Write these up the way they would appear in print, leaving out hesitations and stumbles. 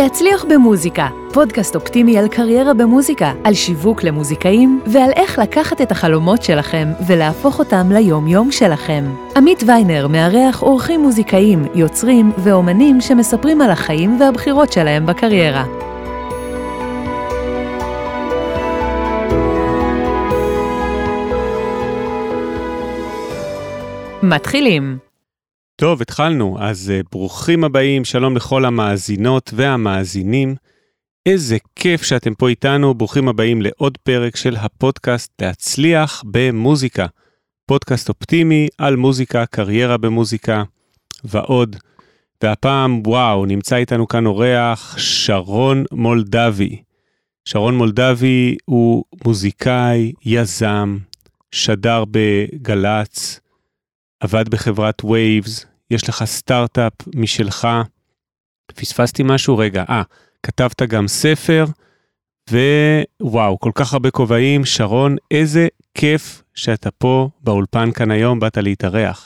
להצליח במוזיקה, פודקאסט אופטימי על קריירה במוזיקה, על שיווק למוזיקאים ועל איך לקחת את החלומות שלכם ולהפוך אותם ליום-יום שלכם. עמית ויינר מארח אורחים מוזיקאים, יוצרים ואומנים שמספרים על החיים והבחירות שלהם בקריירה. מתחילים. טוב, התחלנו. אז ברוכים הבאים, שלום לכל המאזינות והמאזינים. איזה כיף שאתם פה איתנו, ברוכים הבאים לעוד פרק של הפודקאסט להצליח במוזיקה. פודקאסט אופטימי על מוזיקה, קריירה במוזיקה ועוד. והפעם, וואו, נמצא איתנו כאן אורח שרון מולדבי. שרון מולדבי הוא מוזיקאי, יזם, שדר בגלץ, עבד בחברת Waves, יש לך סטארט-אפ משלך, פספסתי משהו רגע, כתבת גם ספר, ווואו, כל כך הרבה כובעים, שרון, איזה כיף שאתה פה באולפן כאן היום, באת להתארח.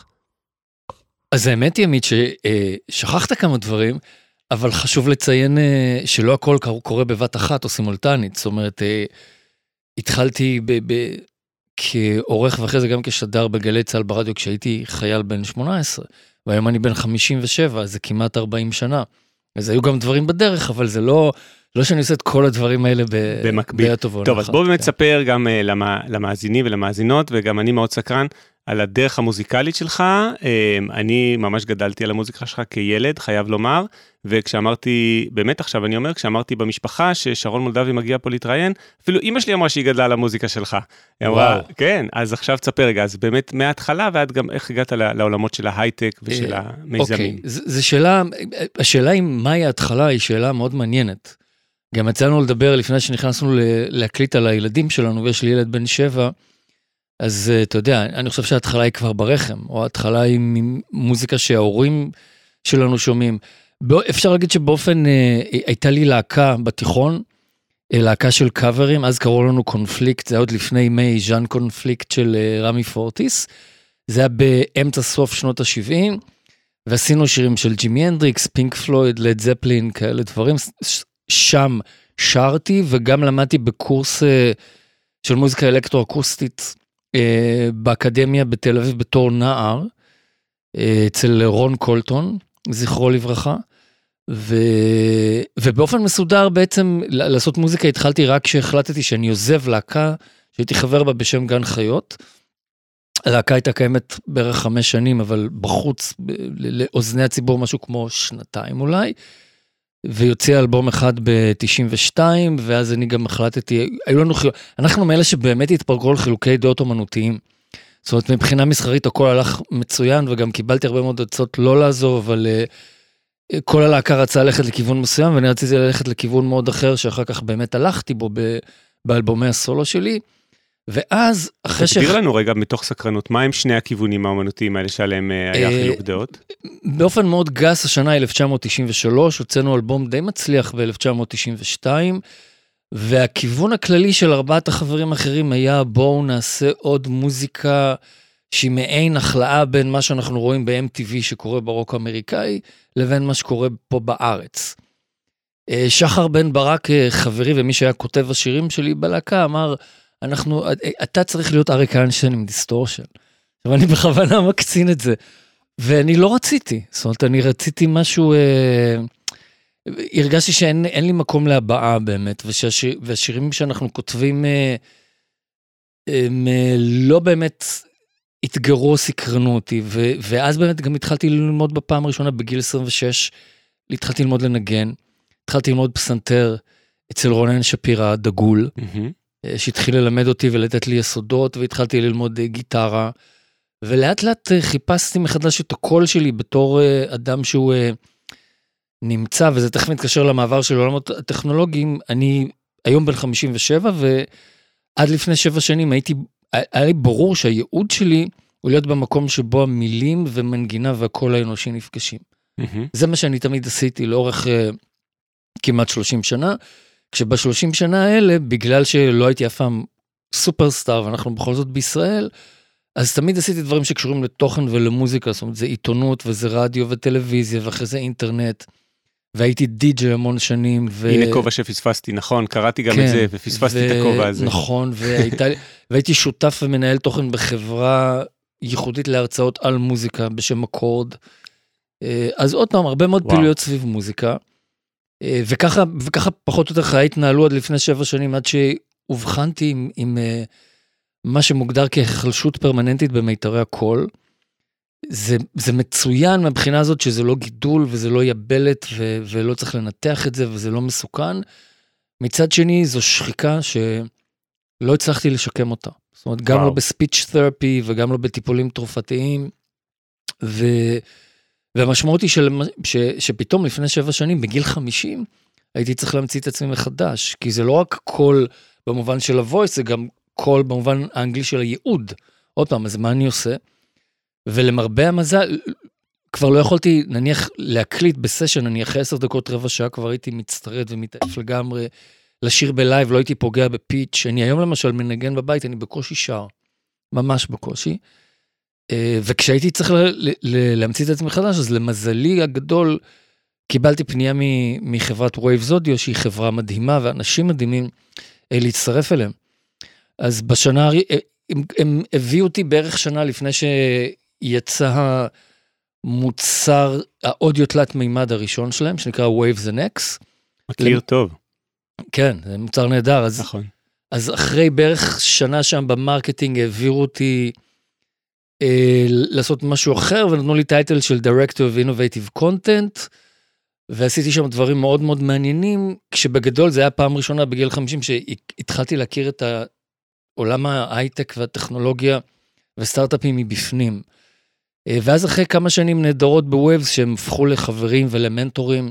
אז האמת היא, עמית, ששכחת כמה דברים, אבל חשוב לציין שלא הכל קורה בבת אחת או סימולטנית, זאת אומרת, התחלתי כעורך ואחרי זה גם כשדר בגלי צהל ברדיו כשהייתי חייל בן 18, והיום אני בן 57, אז זה כמעט 40 שנה. אז היו גם דברים בדרך, אבל זה לא שאני עושה את כל הדברים האלה במקביל. טוב, אז בוא באמת ספר גם למאזינים ולמאזינות, וגם אני מאוד סקרן על הדרך המוזיקלית שלך. אני ממש גדלתי על המוזיקה שלך כילד, חייב לומר, וכשאמרתי, באמת עכשיו אני אומר, כשאמרתי במשפחה ששרון מולדבי מגיע פה להתראיין, אפילו אמא שלי אמרה שהיא גדלה על המוזיקה שלך. היא אמרה, כן, אז עכשיו תספר רגע, אז באמת מההתחלה ועד גם איך הגעת לעולמות של ההייטק ושל המיזמים. אוקיי, זו שאלה, השאלה עם מהי ההתחלה היא שאלה מאוד מעניינת. גם יצאנו לדבר לפני שנכנסנו להקליט על הילדים שלנו, ויש לי ילד בן 7, אז אתה יודע, אני חושב שההתחלה היא כבר ברחם, או ההתחלה היא מוזיקה שההורים שלנו שומעים. אפשר להגיד שבאופן, הייתה לי להקה בתיכון, להקה של קאברים, אז קראו לנו קונפליקט, זה היה עוד לפני ימי ז'אן קונפליקט של רמי פורטיס, זה היה באמצע סוף שנות ה-70, ועשינו שירים של ג'ימי הנדריקס, פינק פלויד, לד זפלין, כאלה דברים, שם שרתי, וגם למדתי בקורס של מוזיקה אלקטרו-אקוסטית, באקדמיה בתל אביב בתור נער, אצל רון קולטון, זכרו לברכה, ובאופן מסודר בעצם לעשות מוזיקה התחלתי רק כשהחלטתי שאני עוזב להקה, שהייתי חבר בה בשם גן חיות, הלהקה הייתה קיימת בערך 5 שנים, אבל בחוץ לאוזני הציבור משהו כמו 2 אולי, ויוצא אלבום אחד ב-92, ואז אני גם החלטתי, אנחנו מאלה שבאמת התפרקו על חילוקי דעות אומנותיים, זאת אומרת, מבחינה מסחרית הכל הלך מצוין, וגם קיבלתי הרבה מאוד עצות לא לעזוב, אבל כל הלהקה רצה ללכת לכיוון מסוים, ואני רציתי ללכת לכיוון מאוד אחר, שאחר כך באמת הלכתי בו באלבומי הסולו שלי, ואז אחרי תסביר לנו רגע מתוך סקרנות, מה הם שני הכיוונים האומנותיים האלה שעליהם היה חילוק דעות? באופן מאוד גס, השנה 1993, הוצאנו אלבום די מצליח ב-1992, והכיוון הכללי של 4 החברים האחרים היה, בואו נעשה עוד מוזיקה שהיא מעין החלאה בין מה שאנחנו רואים ב-MTV שקורה ברוק האמריקאי, לבין מה שקורה פה בארץ. שחר בן ברק, חברי ומי שהיה כותב השירים שלי בלהקה, אמר, אתה צריך להיות אריק איינשטיין עם דיסטורשן. אבל אני בכוונה מקצין את זה. ואני לא רציתי. זאת אומרת, אני רציתי משהו, הרגשתי שאין לי מקום להבעה באמת, והשירים שאנחנו כותבים, הם לא באמת התגרו, סקרנו אותי, ואז באמת גם התחלתי ללמוד בפעם הראשונה, בגיל 26, התחלתי ללמוד לנגן, התחלתי ללמוד פסנתר, אצל רונן שפירא, דגול, שהתחיל ללמד אותי ולתת לי יסודות, והתחלתי ללמוד גיטרה, ולאט לאט חיפשתי מחדש את הקול שלי, בתור אדם שהוא נמצא, וזה תכף מתקשר למעבר של עולמות הטכנולוגיים, אני היום בן 57, ועד לפני 7 שנים היה לי ברור שהייעוד שלי, הוא להיות במקום שבו המילים ומנגינה והקול האנושי נפגשים. זה מה שאני תמיד עשיתי לאורך כמעט 30 שנה, כשב-30 שנה האלה, בגלל שלא הייתי אף פעם סופרסטאר, ואנחנו בכל זאת בישראל, אז תמיד עשיתי דברים שקשורים לתוכן ולמוזיקה, זאת אומרת, זה עיתונות וזה רדיו וטלוויזיה, ואחרי זה אינטרנט, והייתי די-ג'יי המון שנים. הנה כובע שפספסתי, נכון, קראתי גם את זה, ופספסתי את הכובע הזה. נכון, והייתי שותף ומנהל תוכן בחברה ייחודית להרצאות על מוזיקה בשם אקורד. אז עוד פעם, הרבה מאוד פעילויות סביב מוזיקה, וככה פחות או יותר חיי התנהלו עד לפני 7 שנים, עד שהובחנתי עם מה שמוגדר כהחלשות פרמננטית במיתרי הקול. זה מצוין מהבחינה הזאת שזה לא גידול וזה לא יבלת ולא צריך לנתח את זה וזה לא מסוכן. מצד שני זו שחיקה שלא הצלחתי לשקם אותה. זאת אומרת, גם לא בספיץ' תרפי וגם לא בטיפולים תרופתיים. והמשמעות היא שפתאום לפני 7 שנים, בגיל 50, הייתי צריך להמציא את עצמי מחדש, כי זה לא רק קול במובן של הוויס, זה גם קול במובן האנגלי של הייעוד. עוד פעם, אז מה אני עושה? ולמרבה המזל, כבר לא יכולתי, נניח, להקליט בסשן, אני אחרי 10 דקות, רבע שעה, כבר הייתי מצטרד ומתעף לגמרי, לשיר בלייב, לא הייתי פוגע בפיץ'. אני היום למשל מנגן בבית, אני בקושי שר, ממש בקושי. וכשהייתי צריך להמציא את עצמי חדש, אז למזלי הגדול, קיבלתי פנייה מחברת Waves Audio, שהיא חברה מדהימה, ואנשים מדהימים להצטרף אליהם. אז בשנה, הם הביאו אותי בערך שנה לפני שיצא המוצר, האודיו תלת מימד הראשון שלהם, שנקרא Waves NX. מכיר טוב. כן, זה מוצר נהדר. נכון. אז אחרי בערך שנה שם במרקטינג, העבירו אותי לעשות משהו אחר, ונתנו לי טייטל של Director of Innovative Content, ועשיתי שם דברים מאוד מאוד מעניינים, כשבגדול זה היה פעם ראשונה בגיל 50, שהתחלתי להכיר את עולם ההייטק והטכנולוגיה וסטארט-אפים מבפנים. ואז אחרי כמה שנים נהדרות בווייבס, שהם הפכו לחברים ולמנטורים,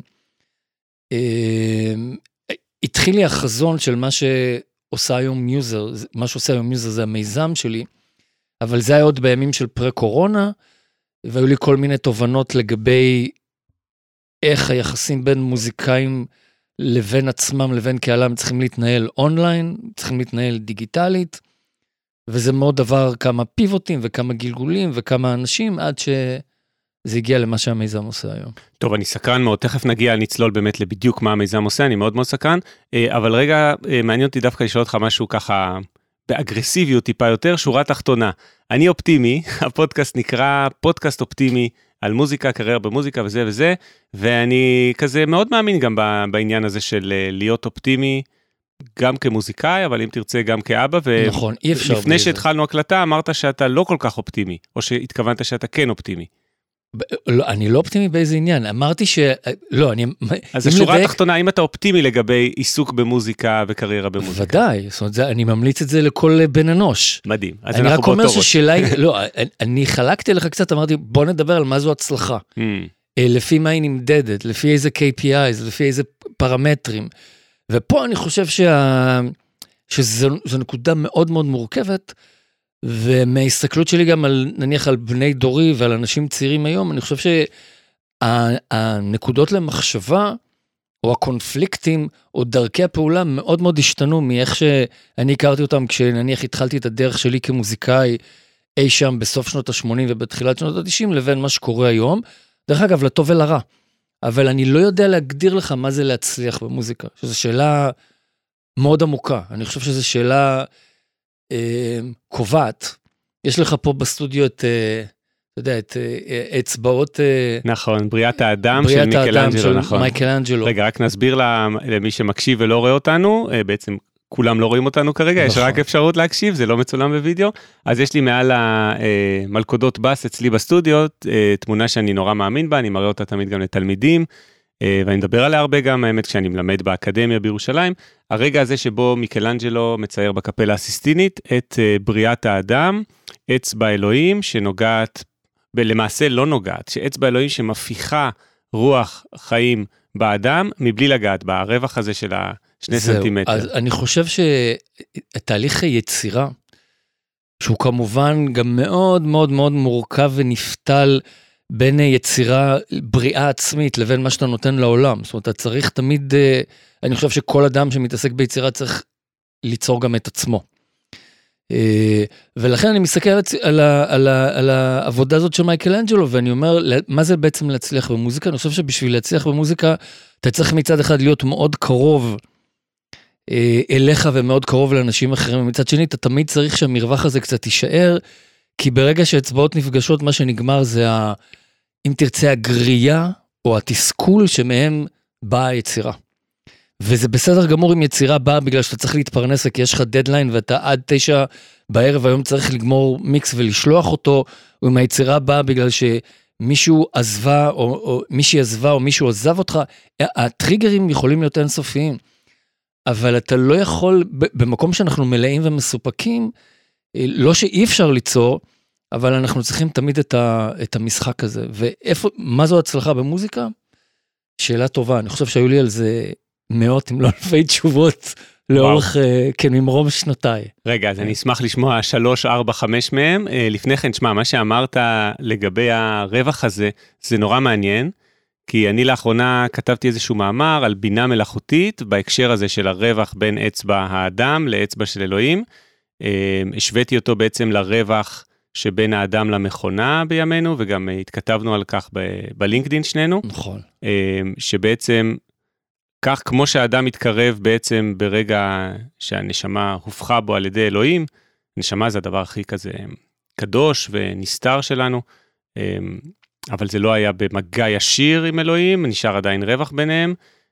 התחיל לי החזון של מה שעושה היום מיוזר, מה שעושה היום מיוזר זה המיזם שלי, אבל זה היה עוד בימים של פרה-קורונה, והיו לי כל מיני תובנות לגבי איך היחסים בין מוזיקאים לבין עצמם, לבין קהלם, צריכים להתנהל אונליין, צריכים להתנהל דיגיטלית, וזה מאוד דבר כמה פיבוטים וכמה גלגולים וכמה אנשים, עד שזה הגיע למה שהמיזם עושה היום. טוב, אני סקרן מאוד, תכף נגיע, נצלול באמת לבדיוק מה המיזם עושה, אני מאוד מאוד סקרן, אבל רגע, מעניין אותי דווקא לשאול אותך משהו ככה, באגרסיביות טיפה יותר, שורה תחתונה. אני אופטימי, הפודקאסט נקרא פודקאסט אופטימי, על מוזיקה, קריירה במוזיקה וזה וזה, ואני כזה מאוד מאמין גם בעניין הזה של להיות אופטימי, גם כמוזיקאי, אבל אם תרצה גם כאבא, נכון, אי אפשר. לפני שהתחלנו הקלטה, אמרת שאתה לא כל כך אופטימי, או שהתכוונת שאתה כן אופטימי. אני לא אופטימי באיזה עניין, אמרתי לא, אני... אז השורה התחתונה, אם אתה אופטימי לגבי עיסוק במוזיקה וקריירה במוזיקה. ודאי, זאת אומרת, אני ממליץ את זה לכל בן אנוש. מדהים, אז אנחנו באותו ראש. אני רק אומר ששאלה, לא, אני חלקתי לך קצת, אמרתי, בוא נדבר על מה זו הצלחה. לפי מה היא נמדדת, לפי איזה KPIs, לפי איזה פרמטרים. ופה אני חושב שזו נקודה מאוד מאוד מורכבת, ומההסתכלות שלי גם על, נניח על בני דורי ועל אנשים צעירים היום, אני חושב שהנקודות למחשבה, או הקונפליקטים, או דרכי הפעולה מאוד מאוד השתנו מאיך שאני הכרתי אותם, כשנניח התחלתי את הדרך שלי כמוזיקאי, אי שם בסוף שנות ה-80 ובתחילת שנות ה-90, לבין מה שקורה היום, דרך אגב, לטוב ולרע. אבל אני לא יודע להגדיר לך מה זה להצליח במוזיקה, שזו שאלה מאוד עמוקה. אני חושב שזו שאלה קובעת. יש לך פה בסטודיו את, אתה יודע, את אצבעות... נכון, בריאת האדם של מייקלאנג'לו, נכון. מייקלאנג'לו. רגע, רק נסביר למי שמקשיב ולא רואה אותנו, בעצם כולם לא רואים אותנו כרגע, יש רק אפשרות להקשיב, זה לא מצולם בווידאו, אז יש לי מעל המלכודות בס אצלי בסטודיו, תמונה שאני נורא מאמין בה, אני מראה אותה תמיד גם לתלמידים, ואני מדבר עליה הרבה גם, האמת, כשאני מלמד באקדמיה בירושלים, הרגע הזה שבו מייקלאנג'לו מצייר בקפלה הסיסטינית את בריאת האדם, אצבע אלוהים שנוגעת, למעשה לא נוגעת, שאצבע אלוהים שמפיחה רוח חיים באדם, מבלי לגעת ברווח הזה של 2 סנטימטר. אז אני חושב שתהליך היצירה, שהוא כמובן גם מאוד מאוד מאוד מורכב ונפתל, בין יצירה בריאה עצמית לבין מה שאתה נותן לעולם. זאת אומרת, אתה צריך תמיד, אני חושב שכל אדם שמתעסק ביצירה צריך ליצור גם את עצמו. ולכן אני מסתכל על העבודה הזאת של מייקלאנג'לו, ואני אומר, מה זה בעצם להצליח במוזיקה? אני חושב שבשביל להצליח במוזיקה, אתה צריך מצד אחד להיות מאוד קרוב אליך, ומאוד קרוב לאנשים אחרים, ומצד שני, אתה תמיד צריך שהמרווח הזה קצת יישאר, כי ברגע שהאצבעות נפגשות, מה שנגמר זה, אם תרצה, הגרייה, או התסכול שמהם באה היצירה. וזה בסדר גמור אם יצירה באה בגלל שאתה צריך להתפרנס, כי יש לך דדליין ואתה עד 9 בערב היום צריך לגמור מיקס ולשלוח אותו, או אם היצירה באה בגלל שמישהו עזבה, או מישהי עזבה, או מישהו עזב אותך, הטריגרים יכולים להיות אינסופיים, אבל אתה לא יכול, במקום שאנחנו מלאים ומסופקים, לא שאי אפשר ליצור, אבל אנחנו צריכים תמיד את המשחק הזה. מה זו הצלחה במוזיקה? שאלה טובה, אני חושב שהיו לי על זה מאות, אם לא אלפי תשובות, לאורך, כן, ממרום שנותיי. רגע, אז אני אשמח לשמוע 3, 4, 5 מהם. לפני כן, שמה, מה שאמרת לגבי הרווח הזה, זה נורא מעניין, כי אני לאחרונה כתבתי איזשהו מאמר על בינה מלאכותית, בהקשר הזה של הרווח בין אצבע האדם לאצבע של אלוהים. השוויתי אותו בעצם לרווח שבין האדם למכונה בימינו, וגם התכתבנו על כך בלינקדין שנינו. נכון. שבעצם, כך כמו שהאדם מתקרב בעצם ברגע שהנשמה הופכה בו על ידי אלוהים, נשמה זה הדבר הכי כזה קדוש ונסתר שלנו, אבל זה לא היה במגע ישיר עם אלוהים, נשאר עדיין רווח ביניהם,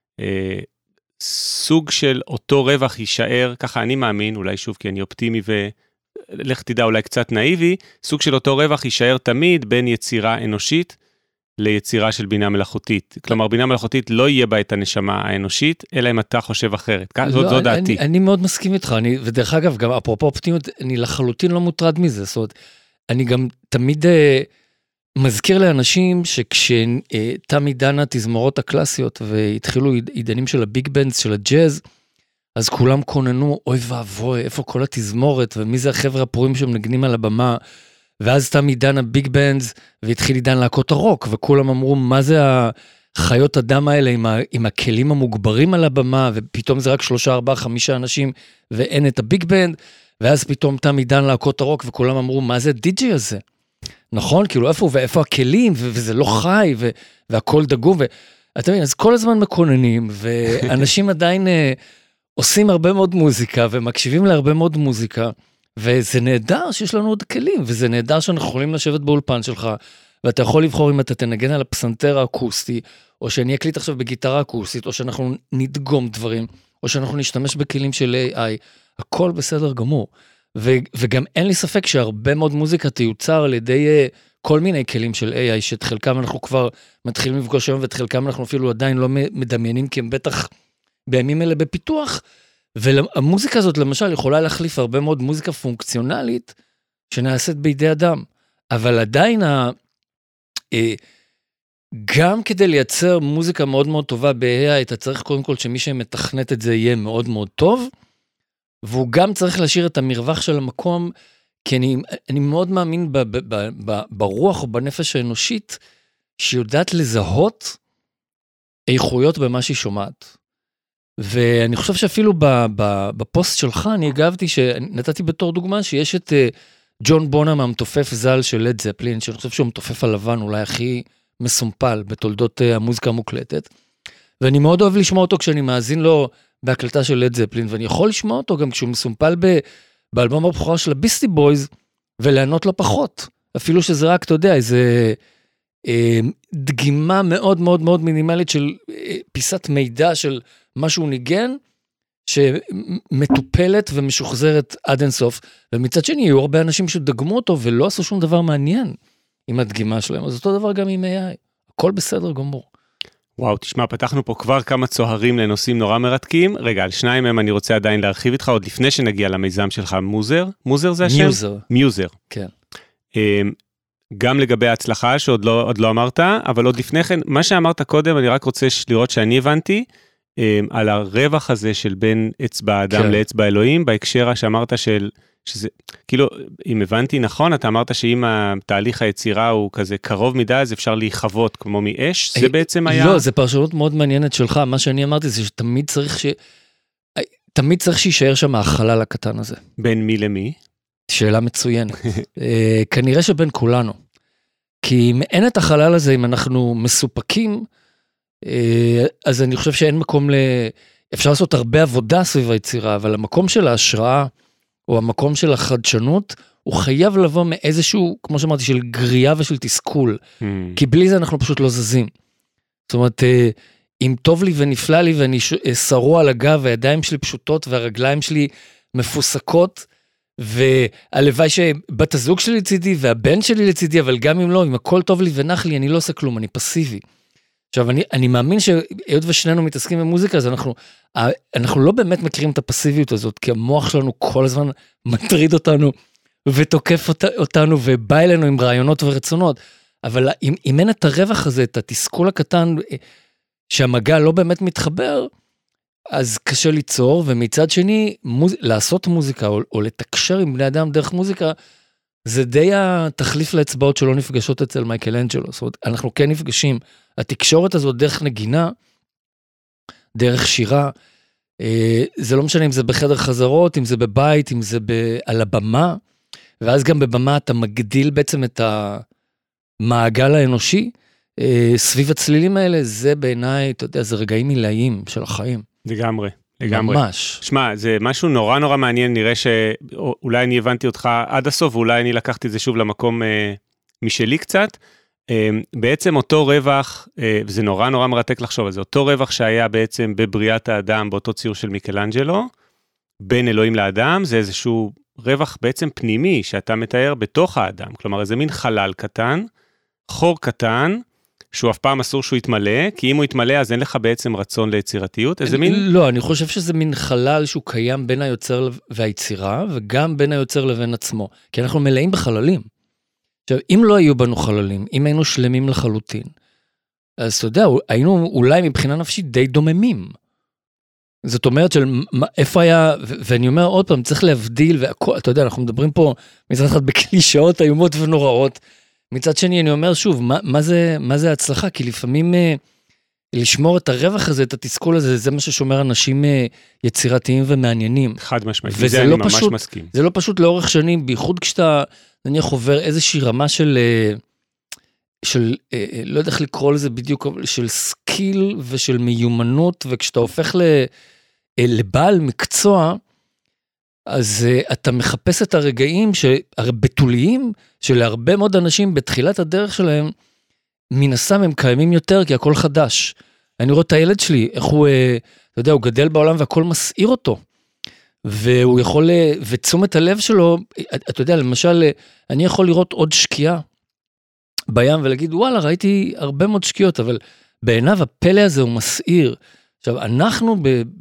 סוג של אותו רווח יישאר, ככה אני מאמין, אולי שוב כי אני אופטימי ולך תדע אולי קצת נאיבי, סוג של אותו רווח יישאר תמיד בין יצירה אנושית ליצירה של בינה מלאכותית. כלומר, בינה מלאכותית לא יהיה בה את הנשמה האנושית, אלא אם אתה חושב אחרת. זו דעתי. אני מאוד מסכים איתך, ודרך אגב, גם אפרופו אופטימיות, אני לחלוטין לא מוטרד מזה, זאת אומרת, אני גם תמיד מזכיר לאנשים שכשתמי דנה תזמורות הקלאסיות, והתחילו עידנים של הביג בנדס, של הג'אז, אז כולם קוננו, אוי ואבוי, איפה כל התזמורת, ומי זה החבר'ה הפורים שמנגנים על הבמה, ואז תמי דנה ביג בנדס, והתחיל עידן להקות הרוק, וכולם אמרו, מה זה החיות אדם האלה עם הכלים המוגברים על הבמה, ופתאום זה רק 3, 4, 5 אנשים, ואין את הביג בנד, ואז פתאום תמי דנה להקות הרוק, וכולם אמרו, מה זה די-ג'י הזה? נכון? כאילו, איפה הכלים, וזה לא חי, והכל דגום, ואתה מבין, אז כל הזמן מקוננים, ואנשים עדיין עושים הרבה מאוד מוזיקה, ומקשיבים להרבה מאוד מוזיקה, וזה נהדר שיש לנו עוד כלים, וזה נהדר שאנחנו יכולים לשבת באולפן שלך, ואתה יכול לבחור אם אתה תנגן על הפסנתר האקוסטי, או שאני אקליט עכשיו בגיטרה אקוסטית, או שאנחנו נדגום דברים, או שאנחנו נשתמש בכלים של AI, הכל בסדר גמור. וגם אין לי ספק שהרבה מאוד מוזיקה תיוצר על ידי כל מיני כלים של AI, שאת חלקם אנחנו כבר מתחילים לפגוש היום, ואת חלקם אנחנו אפילו עדיין לא מדמיינים, כי הם בטח בימים אלה בפיתוח, והמוזיקה הזאת למשל יכולה להחליף הרבה מאוד מוזיקה פונקציונלית, שנעשית בידי אדם, אבל עדיין גם כדי לייצר מוזיקה מאוד מאוד טובה ב-AI, אתה צריך קודם כל שמי שמתכנת את זה יהיה מאוד מאוד טוב, והוא גם צריך להשאיר את המרווח של המקום, כי אני מאוד מאמין ברוח או בנפש האנושית, שיודעת לזהות איכויות במה שהיא שומעת. ואני חושב שאפילו בפוסט שלך, אני הגבתי שנתתי בתור דוגמה, שיש את ג'ון בונאם, המתופף ז"ל של לד זפלין, שאני חושב שהוא מתופף הלבן, אולי הכי מסומפל בתולדות המוזיקה המוקלטת, ואני מאוד אוהב לשמוע אותו כשאני מאזין לו בהקלטה של לד זפלין, ואני יכול לשמוע אותו גם כשהוא מסומפל באלבום הבכורה של הביסטי בויז, ולענות לו פחות, אפילו שזה רק, אתה יודע, איזה דגימה מאוד מאוד מאוד מינימלית של פיסת מידע של משהו ניגן, שמטופלת ומשוחזרת עד אינסוף, ומצד שני, היו הרבה אנשים שדגמו אותו, ולא עשו שום דבר מעניין עם הדגימה שלהם, אז אותו דבר גם עם AI, הכל בסדר גמור. וואו, תשמע, פתחנו פה כבר כמה צוהרים לנושאים נורא מרתקים, רגע, על 2 מהם אני רוצה עדיין להרחיב איתך, עוד לפני שנגיע למיזם שלך, מוזר? מוזר זה השם? מיוזר. כן. גם לגבי ההצלחה, שעוד לא אמרת, אבל עוד לפני כן, מה שאמרת קודם, אני רק רוצה לראות שאני הבנתי, על הרווח הזה של בין אצבע האדם לאצבע אלוהים, בהקשר שאמרת שזה, כאילו, אם הבנתי נכון, אתה אמרת שאם התהליך היצירה הוא כזה קרוב מדי, אז אפשר להיחוות כמו מאש, זה בעצם היה... לא, זה פרשנות מאוד מעניינת שלך, מה שאני אמרתי זה שתמיד צריך שישאר שם החלל הקטן הזה. בין מי למי? שאלה מצוינת. כנראה שבין כולנו. כי אם אין את החלל הזה, אם אנחנו מסופקים, אז אני חושב שאין מקום אפשר לעשות הרבה עבודה סביב היצירה, אבל המקום של ההשראה, או המקום של החדשנות, הוא חייב לבוא מאיזשהו, כמו שאמרתי, של גריעה ושל תסכול. כי בלי זה אנחנו פשוט לא זזים. זאת אומרת, אם טוב לי ונפלא לי, ואני שרוע על הגב, והידיים שלי פשוטות, והרגליים שלי מפוסקות, והלוואי שבת הזוג שלי לצידי, והבן שלי לצידי, אבל גם אם לא, אם הכל טוב לי ונח לי, אני לא עושה כלום, אני פסיבי. עכשיו, אני מאמין שהיות ושנינו מתעסקים במוזיקה, אז אנחנו לא באמת מכירים את הפסיביות הזאת, כי המוח שלנו כל הזמן מטריד אותנו, ותוקף אותנו, ובא אלינו עם רעיונות ורצונות. אבל אם אין את הרווח הזה, את התסכול הקטן, שהמגע לא באמת מתחבר, אז קשה ליצור, ומצד שני, לעשות מוזיקה, או לתקשר עם בני אדם דרך מוזיקה, זה די התחליף לאצבעות שלא נפגשות אצל מייקלאנג'לו. זאת אומרת, אנחנו כן נפגשים. התקשורת הזאת דרך נגינה, דרך שירה, זה לא משנה אם זה בחדר חזרות, אם זה בבית, אם זה על הבמה, ואז גם בבמה אתה מגדיל בעצם את המעגל האנושי, סביב הצלילים האלה, זה בעיניי, אתה יודע, זה רגעים עילאיים של החיים. לגמרי. לגמרי. ממש. שמע, זה משהו נורא נורא מעניין, נראה שאולי אני הבנתי אותך עד הסוף, ואולי אני לקחתי את זה שוב למקום משלי קצת. בעצם אותו רווח, וזה נורא נורא מרתק לחשוב על זה, אותו רווח שהיה בעצם בבריאת האדם, באותו ציור של מייקלאנג'לו, בין אלוהים לאדם, זה איזשהו רווח בעצם פנימי, שאתה מתאר בתוך האדם, כלומר איזה מין חלל קטן, חור קטן, שהוא אף פעם אסור שהוא יתמלא, כי אם הוא יתמלא, אז אין לך בעצם רצון ליצירתיות, איזה מין... לא, אני חושב שזה מין חלל שהוא קיים בין היוצר והיצירה, וגם בין היוצר לבין עצמו, כי אנחנו מלאים בחללים. עכשיו, אם לא היו בנו חללים, אם היינו שלמים לחלוטין, אז אתה יודע, היינו אולי מבחינה נפשית די דוממים. זאת אומרת של איפה היה, ואני אומר עוד פעם, צריך להבדיל, והכל, אתה יודע, אנחנו מדברים פה מצד אחד בקלישאות איומות ונוראות, מצד שני אני אומר שוב, מה זה ההצלחה? כי לפעמים לשמור את הרווח הזה, את התסכול הזה, זה מה ששומר אנשים יצירתיים ומעניינים. חד משמעית, וזה אני ממש מסכים. זה לא פשוט לאורך שנים, בייחוד כשאתה, נניח עובר איזושהי רמה של לא יודע איך לקרוא לזה בדיוק, של סקיל ושל מיומנות, וכשאתה הופך לבעל מקצוע, אז אתה מחפש את הרגעים הבתוליים, שלהרבה מאוד אנשים בתחילת הדרך שלהם, מן הסתם הם קיימים יותר, כי הכל חדש. אני רואה את הילד שלי, איך הוא, אתה יודע, הוא גדל בעולם והכל מסעיר אותו. והוא יכול, ותשומת הלב שלו, אתה יודע, למשל, אני יכול לראות עוד שקיעה בים, ולהגיד, וואלה, ראיתי הרבה מאוד שקיעות, אבל בעיניו הפלא הזה הוא מסעיר. עכשיו, אנחנו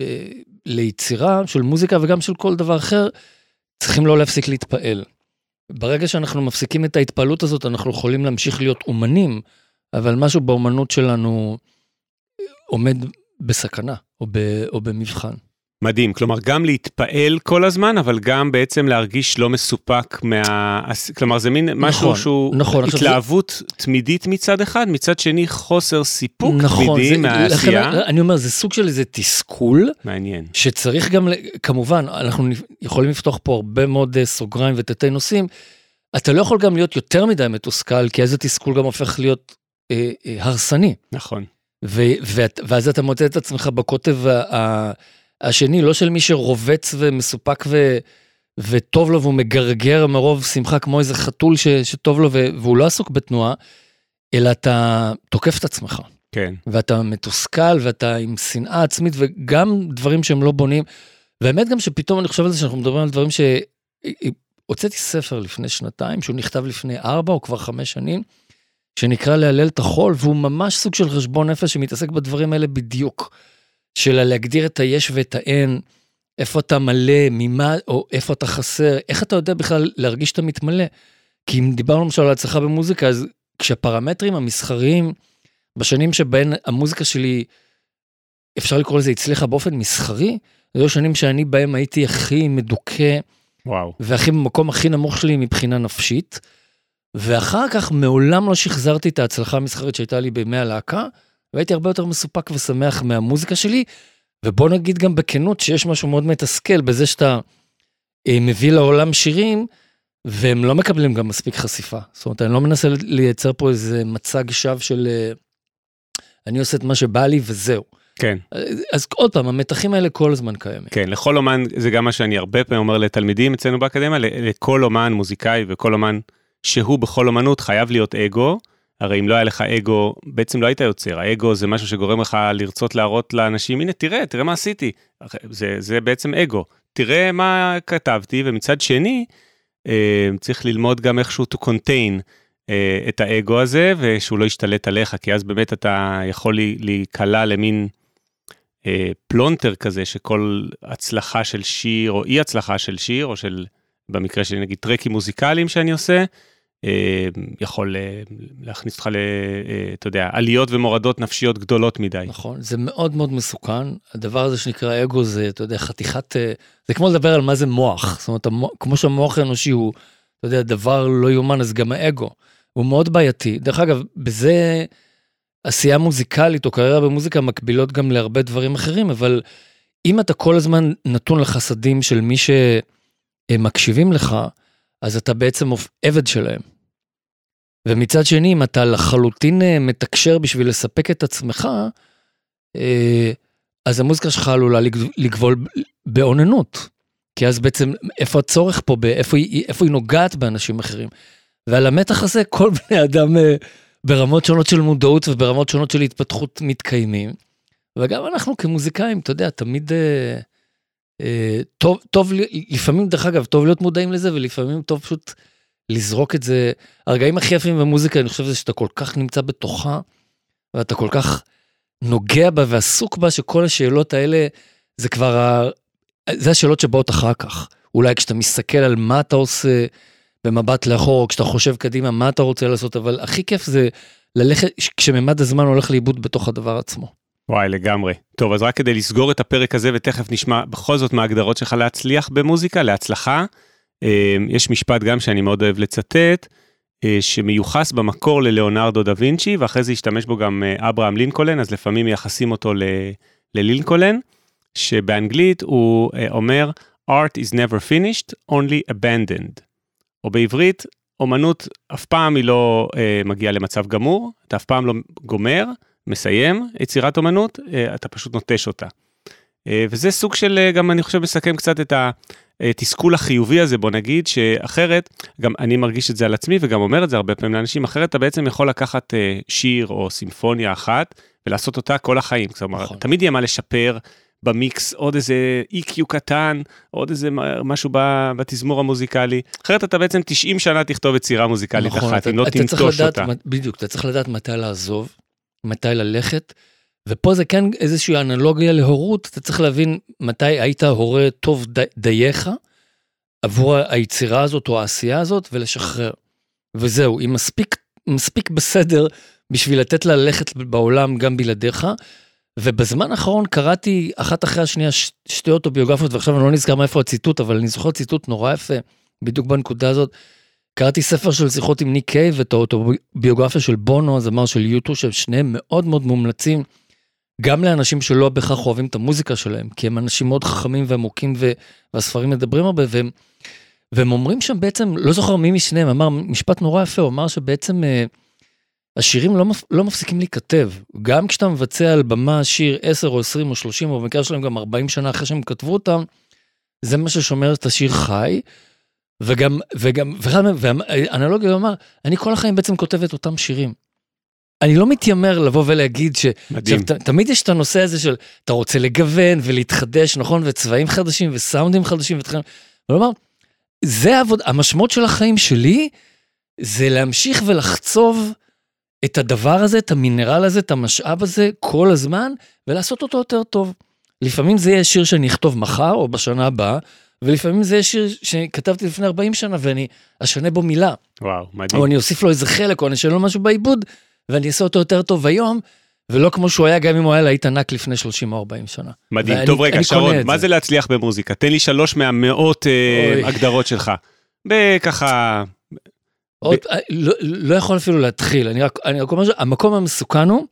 ליצירה של מוזיקה וגם של כל דבר אחר, צריכים לא להפסיק להתפעל. ברגע שאנחנו מפסיקים את ההתפעלות הזאת, אנחנו יכולים להמשיך להיות אומנים, אבל משהו באומנות שלנו עומד בסכנה, או במבחן. מדהים, כלומר גם להתפעל כל הזמן, אבל גם בעצם להרגיש לא מסופק כלומר זה מין משהו שהוא התלהבות תמידית מצד אחד, מצד שני חוסר סיפוק תמידי מהעשייה. אני אומר, זה סוג של איזה תסכול. מעניין. שצריך גם, כמובן, אנחנו יכולים לפתוח פה הרבה מאוד סוגריים ותתי נושאים, אתה לא יכול גם להיות יותר מדי מתוסכל, כי איזה תסכול גם הופך להיות הרסני. נכון. ואז אתה מוצא את עצמך בקוטב השני, לא של מי שרובץ ומסופק וטוב לו, והוא מגרגר מרוב שמחה, כמו איזה חתול שטוב לו, והוא לא עסוק בתנועה, אלא אתה תוקף את עצמך. כן. ואתה מתוסכל, ואתה עם שנאה עצמית, וגם דברים שהם לא בונים, והאמת גם שפתאום אני חושב על זה, שאנחנו מדברים על דברים הוצאתי ספר לפני שנתיים, שהוא נכתב לפני 4 או כבר 5 שנים, שנקרא להלל את החול, והוא ממש סוג של חשבון נפש, שמתעסק בדברים האלה בדיוק, של להגדיר את היש ואת האין, איפה אתה מלא, ממה, או איפה אתה חסר, איך אתה יודע בכלל להרגיש שאתה מתמלא, כי אם דיברנו למשל על הצלחה במוזיקה, אז כשהפרמטרים המסחריים, בשנים שבהן המוזיקה שלי, אפשר לקרוא לזה, הצליחה באופן מסחרי, זו שנים שאני בהם הייתי הכי מדוכא, וואו. והכי במקום הכי נמוך שלי מבחינה נפשית, ואחר כך מעולם לא שחזרתי את ההצלחה המסחרית שהייתה לי בימי הלהקה, והייתי הרבה יותר מסופק ושמח מהמוזיקה שלי, ובוא נגיד גם בכנות שיש משהו מאוד מתסכל, בזה שאתה מביא לעולם שירים, והם לא מקבלים גם מספיק חשיפה. זאת אומרת, אני לא מנסה לייצר פה איזה מצג שווא של אני עושה את מה שבא לי וזהו. כן. אז עוד פעם, המתחים האלה כל הזמן קיימים. כן, לכל אומן, זה גם מה שאני הרבה פעמים אומר לתלמידים אצלנו באקדמיה, לכל אומן מוזיקאי וכל אומן שהוא בכל אומנות חייב להיות אגו, הרי אם לא היה לך אגו, בעצם לא היית יוצר, האגו זה משהו שגורם לך לרצות להראות לאנשים, הנה תראה מה עשיתי, זה בעצם אגו, תראה מה כתבתי, ומצד שני, צריך ללמוד גם איכשהו to contain את האגו הזה, ושהוא לא ישתלט עליך, כי אז באמת אתה יכול להיקלע למין פלונטר כזה, שכל הצלחה של שיר, או אי הצלחה של שיר, או של, במקרה שלי נגיד טרקים מוזיקליים שאני עושה, יכול להכניס אותך אתה יודע, עליות ומורדות נפשיות גדולות מדי. נכון, זה מאוד מאוד מסוכן, הדבר הזה שנקרא אגו זה, אתה יודע, חתיכת, זה כמו לדבר על מה זה מוח, זאת אומרת, כמו שהמוח האנושי הוא, אתה יודע, דבר לא יומן, אז גם האגו, הוא מאוד בעייתי, דרך אגב, בזה עשייה מוזיקלית או קריירה במוזיקה מקבילות גם להרבה דברים אחרים, אבל אם אתה כל הזמן נתון לחסדים של מי שמקשיבים לך, אז אתה בעצם עבד שלהם. ומצד שני, אם אתה לחלוטין מתקשר בשביל לספק את עצמך, אז המוזיקה שלך עלולה לגבול בעוננות. כי אז בעצם, איפה הצורך פה, איפה היא נוגעת באנשים אחרים. ועל המתח הזה, כל בני אדם ברמות שונות של מודעות, וברמות שונות של התפתחות מתקיימים. וגם אנחנו כמוזיקאים, אתה יודע, תמיד טוב, לפעמים דרך אגב, טוב להיות מודעים לזה, ולפעמים טוב פשוט לזרוק את זה. הרגעים הכי יפים במוזיקה, אני חושב שאתה כל כך נמצא בתוכה, ואתה כל כך נוגע בה ועסוק בה, שכל השאלות האלה, זה כבר, זה השאלות שבאות אחר כך. אולי כשאתה מסתכל על מה אתה עושה במבט לאחור, או כשאתה חושב קדימה מה אתה רוצה לעשות, אבל הכי כיף זה ללכת, כשממד הזמן הולך לאיבוד בתוך הדבר עצמו. וואי, לגמרי. טוב, אז רק כדי לסגור את הפרק הזה, ותכף נשמע בכל זאת מההגדרות שלך להצליח במוזיקה, להצלחה. יש משפט גם שאני מאוד אוהב לצטט, שמיוחס במקור ללאונרדו דה וינצ'י, ואחרי זה השתמש בו גם אברהם לינקולן, אז לפעמים מייחסים אותו ללינקולן, שבאנגלית הוא אומר, Art is never finished, only abandoned. או בעברית, אומנות אף פעם היא לא מגיעה למצב גמור, אתה אף פעם לא גומר, מסיים יצירת אומנות, אתה פשוט נוטש אותה. וזה סוג של, גם אני חושב מסכם קצת את התסכול החיובי הזה, בוא נגיד, שאחרת, גם אני מרגיש את זה על עצמי, וגם אומר את זה הרבה פעמים לאנשים, אחרת אתה בעצם יכול לקחת שיר או סימפוניה אחת, ולעשות אותה כל החיים. כלומר, תמיד יהיה מה לשפר במיקס, עוד איזה EQ קטן, עוד איזה משהו בתזמור המוזיקלי. אחרת אתה בעצם 90 שנה תכתוב יצירה מוזיקלית אחת, אם לא תנטוש אותה. בדיוק, אתה צריך לדעת מתי לעזוב, מתי ללכת, ופה זה כן איזושהי אנלוגיה להורות, אתה צריך להבין מתי היית הורה טוב דייך, עבור היצירה הזאת או העשייה הזאת, ולשחרר. וזהו, היא מספיק בסדר, בשביל לתת לה ללכת בעולם גם בלעדיך, ובזמן האחרון קראתי אחת אחרי השנייה שתי אוטוביוגרפיות, ועכשיו אני לא נזכר מאיפה הציטוט, אבל אני זוכר ציטוט נורא יפה, בדיוק בנקודה הזאת, קראתי ספר של שיחות עם ניק קייב, ואת האוטוביוגרפיה של בונו, הזמר של יוטו, ששניהם מאוד מאוד מומלצים, גם לאנשים שלא בכך אוהבים את המוזיקה שלהם, כי הם אנשים מאוד חכמים ועמוקים, והספרים מדברים הרבה, והם אומרים שם בעצם, לא זוכר מי משניהם, אמר משפט נורא יפה, הוא אמר שבעצם השירים לא מפסיקים להיכתב, גם כשאתה מבצע על במה שיר 10 או 20 או 30, או במקרה שלהם גם 40 שנה אחרי שהם כתבו אותם, זה מה ששומר את השיר חי, והאנלוגיה הוא אמר, אני כל החיים בעצם כותב את אותם שירים. אני לא מתיימר לבוא ולהגיד תמיד יש את הנושא הזה של, אתה רוצה לגוון ולהתחדש, נכון, וצבעים חדשים וסאונדים חדשים, ולומר, זה המשמעות של החיים שלי, זה להמשיך ולחצוב את הדבר הזה, את המינרל הזה, את המשאב הזה, כל הזמן, ולעשות אותו יותר טוב. לפעמים זה יהיה שיר שאני אכתוב מחר, או בשנה הבאה, ולפעמים זה יהיה שיר שכתבתי לפני 40 שנה, ואני אשנה בו מילה. וואו, מדהים. או אני אוסיף לו איזה חלק, או אני אשנה לו משהו בעיבוד, ואני אעשה אותו יותר טוב היום, ולא כמו שהוא היה, גם אם הוא היה להיט ענק לפני 30 או 40 שנה. מדהים. טוב רגע, שרון, מה זה להצליח במוזיקה? תן לי 3 מהמאות הגדרות שלך. בככה... לא יכול אפילו להתחיל. אני רק אומר שהמקום המסוכן הוא,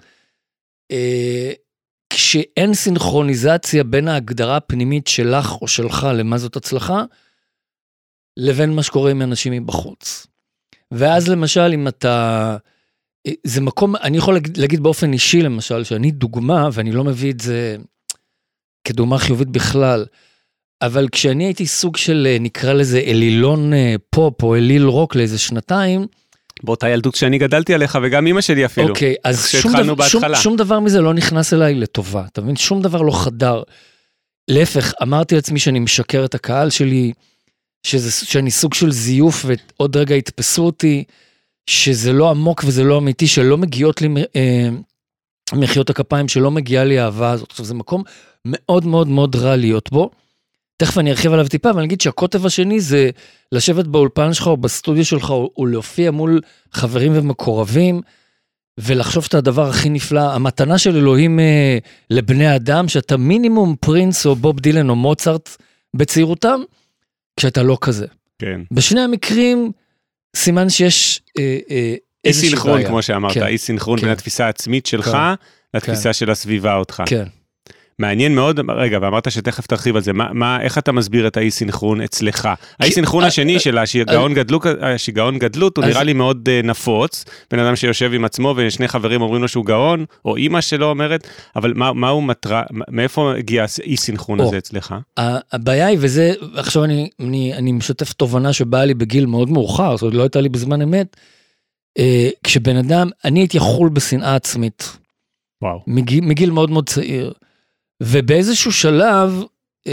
כשאין סינכרוניזציה בין ההגדרה הפנימית שלך או שלך למה זאת הצלחה, לבין מה שקורה עם אנשים מבחוץ. ואז למשל, אם אתה, זה מקום, אני יכול להגיד באופן אישי למשל, שאני דוגמה, ואני לא מביא את זה כדוגמה חיובית בכלל, אבל כשאני הייתי סוג של, נקרא לזה אלילון פופ, או אליל רוק לאיזה שנתיים, באותה ילדות שאני גדלתי עליך, וגם אמא שלי אפילו. אוקיי, אז שום דבר מזה לא נכנס אליי לטובה, אתה מבין? שום דבר לא חדר. להפך, אמרתי לעצמי שאני משקר את הקהל שלי, שאני סוג של זיוף, ועוד רגע התפסו אותי, שזה לא עמוק וזה לא אמיתי, שלא מגיעות לי מחיות הכפיים, שלא מגיעה לי האהבה הזאת. עכשיו, זה מקום מאוד מאוד מאוד רע להיות בו. תכף אני ארחיב עליו טיפה, אבל אני אגיד שהכותב השני זה לשבת באולפן שלך או בסטודיו שלך, או להופיע מול חברים ומקורבים, ולחשוב שאתה הדבר הכי נפלא, המתנה של אלוהים לבני אדם, שאתה מינימום פרינס או בוב דילן או מוצרט בצעירותם, כשאתה לא כזה. כן. בשני המקרים, סימן שיש אי סינכרון, כמו שאמרת, אי סינכרון בין התפיסה העצמית שלך, לתפיסה של הסביבה אותך. כן. מעניין מאוד, רגע, ואמרת שתכף תרחיב על זה, איך אתה מסביר את האי סינכרון אצלך? האי סינכרון השני שלה, שיגעון גדלות, הוא נראה לי מאוד נפוץ, בן אדם שיושב עם עצמו, ושני חברים אומרים לו שהוא גאון, או אמא שלו אומרת, אבל מאיפה הגיע האי סינכרון הזה אצלך? הבעיה היא, וזה, עכשיו אני משתף תובנה שבאה לי בגיל מאוד מאוחר, זאת אומרת, לא הייתה לי בזמן אמת, כשבן אדם, אני הייתי חול בשנאה עצמית. וואו. מגיל מאוד מאוד צעיר. ובאיזשהו שלב,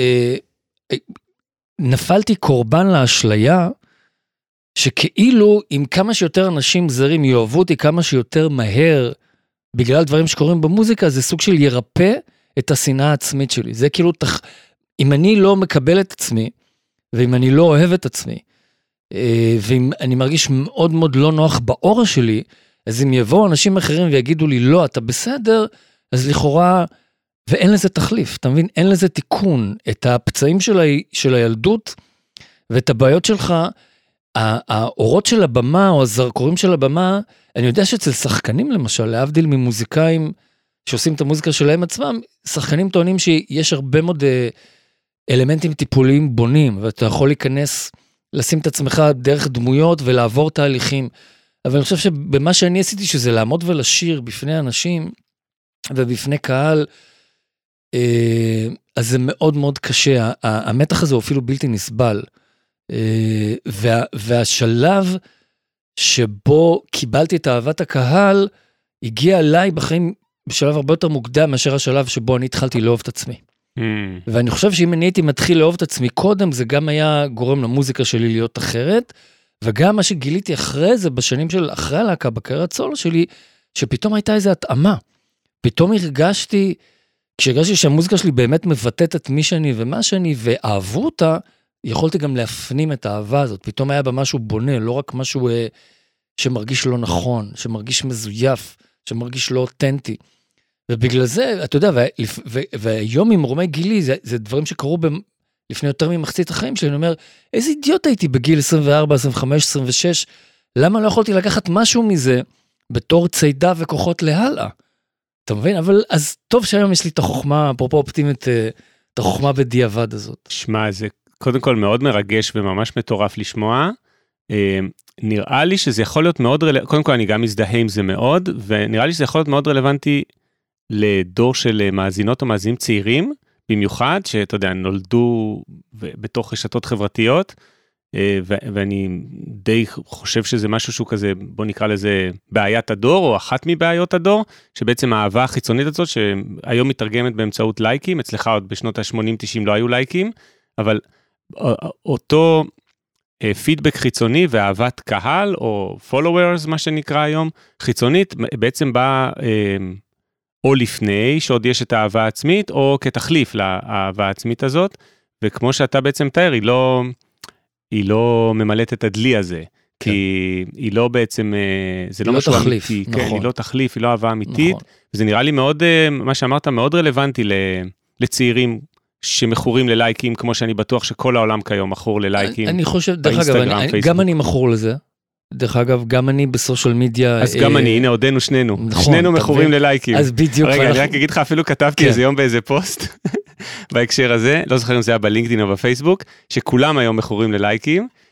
נפלתי קורבן לאשליה, שכאילו, אם כמה שיותר אנשים זרים יאהבו אותי כמה שיותר מהר, בגלל דברים שקורים במוזיקה, זה סוג של ירפא את השנאה העצמית שלי. זה כאילו, אם אני לא מקבל את עצמי, ואם אני לא אוהב את עצמי, ואם אני מרגיש מאוד מאוד לא נוח באור שלי, אז אם יבואו אנשים אחרים ויגידו לי, לא, אתה בסדר, אז לכאורה, ואין לזה תחליף, אתה מבין? אין לזה תיקון. את הפצעים של הילדות, ואת הבעיות שלך, האורות של הבמה, או הזרקורים של הבמה, אני יודע שאצל שחקנים למשל, להבדיל ממוזיקאים, שעושים את המוזיקה שלהם עצמם, שחקנים טוענים שיש הרבה מאוד אלמנטים טיפוליים בונים, ואתה יכול להיכנס, לשים את עצמך דרך דמויות, ולעבור תהליכים. אבל אני חושב שבמה שאני עשיתי, שזה לעמוד ולשיר בפני אנשים, ובפני קהל, אז זה מאוד מאוד קשה, המתח הזה הוא אפילו בלתי נסבל, והשלב שבו קיבלתי את אהבת הקהל, הגיע אליי בחיים בשלב הרבה יותר מוקדם, מאשר השלב שבו אני התחלתי לאהוב את עצמי. ואני חושב שאם אני הייתי מתחיל לאהוב את עצמי קודם, זה גם היה גורם למוזיקה שלי להיות אחרת, וגם מה שגיליתי אחרי זה, בשנים של אחרי הלהקה, בקריירת סולו שלי, שפתאום הייתה איזו התאמה. פתאום כשהרגשתי שהמוזיקה שלי באמת מבטאת את מי שאני ומה שאני, ואהבו אותה, יכולתי גם להפנים את האהבה הזאת. פתאום היה בה משהו בונה, לא רק משהו שמרגיש לא נכון, שמרגיש מזויף, שמרגיש לא אותנטי. ובגלל זה, אתה יודע, והיום עם מרומי גילי, זה דברים שקרו לפני יותר ממחצית החיים שלי, אני אומר, איזה אידיוט הייתי בגיל 24, 25, 26, למה לא יכולתי לקחת משהו מזה, בתור צידה וכוחות להלאה? אתה מבין? אבל אז טוב שהיום יש לי את החוכמה, אפרופו אופטימית, את החוכמה בדיעבד הזאת. שמע, זה קודם כל מאוד מרגש וממש מטורף לשמוע. נראה לי שזה יכול להיות מאוד קודם כל אני גם מזדהה עם זה מאוד, ונראה לי שזה יכול להיות מאוד רלוונטי לדור של מאזינות או מאזינים צעירים, במיוחד, שאתה יודע, נולדו בתוך רשתות חברתיות, ואני די חושב שזה משהו שהוא כזה, בוא נקרא לזה בעיית הדור, או אחת מבעיות הדור, שבעצם האהבה החיצונית הזאת, שהיום מתרגמת באמצעות לייקים, אצלך עוד בשנות ה-80-90 לא היו לייקים, אבל אותו פידבק חיצוני ואהבת קהל, או followers, מה שנקרא היום, חיצונית, בעצם בא או לפני, שעוד יש את האהבה העצמית, או כתחליף לאהבה העצמית הזאת, וכמו שאתה בעצם תאר, היא לא ממלאת את הדלי הזה, כי היא לא בעצם, זה לא משהו אמיתי, כן, היא לא תחליף, היא לא אהבה אמיתית, וזה נראה לי מאוד, מה שאמרת, מאוד רלוונטי לצעירים שמכורים ללייקים, כמו שאני בטוח שכל העולם כיום מכור ללייקים. אני חושב, דרך אגב, גם אני מכור לזה, דרך אגב, גם אני בסושיאל מדיה. אז גם אני, הנה עודנו שנינו, שנינו מכורים ללייקים. אז בדיוק. רגע, אני רק אגיד לך, אפילו כתבתי איזה יום באיזה פוסט, בהקשר הזה, לא זוכר אם זה היה בלינקדין או בפייסבוק, שכולם היום מכורים ללייקים,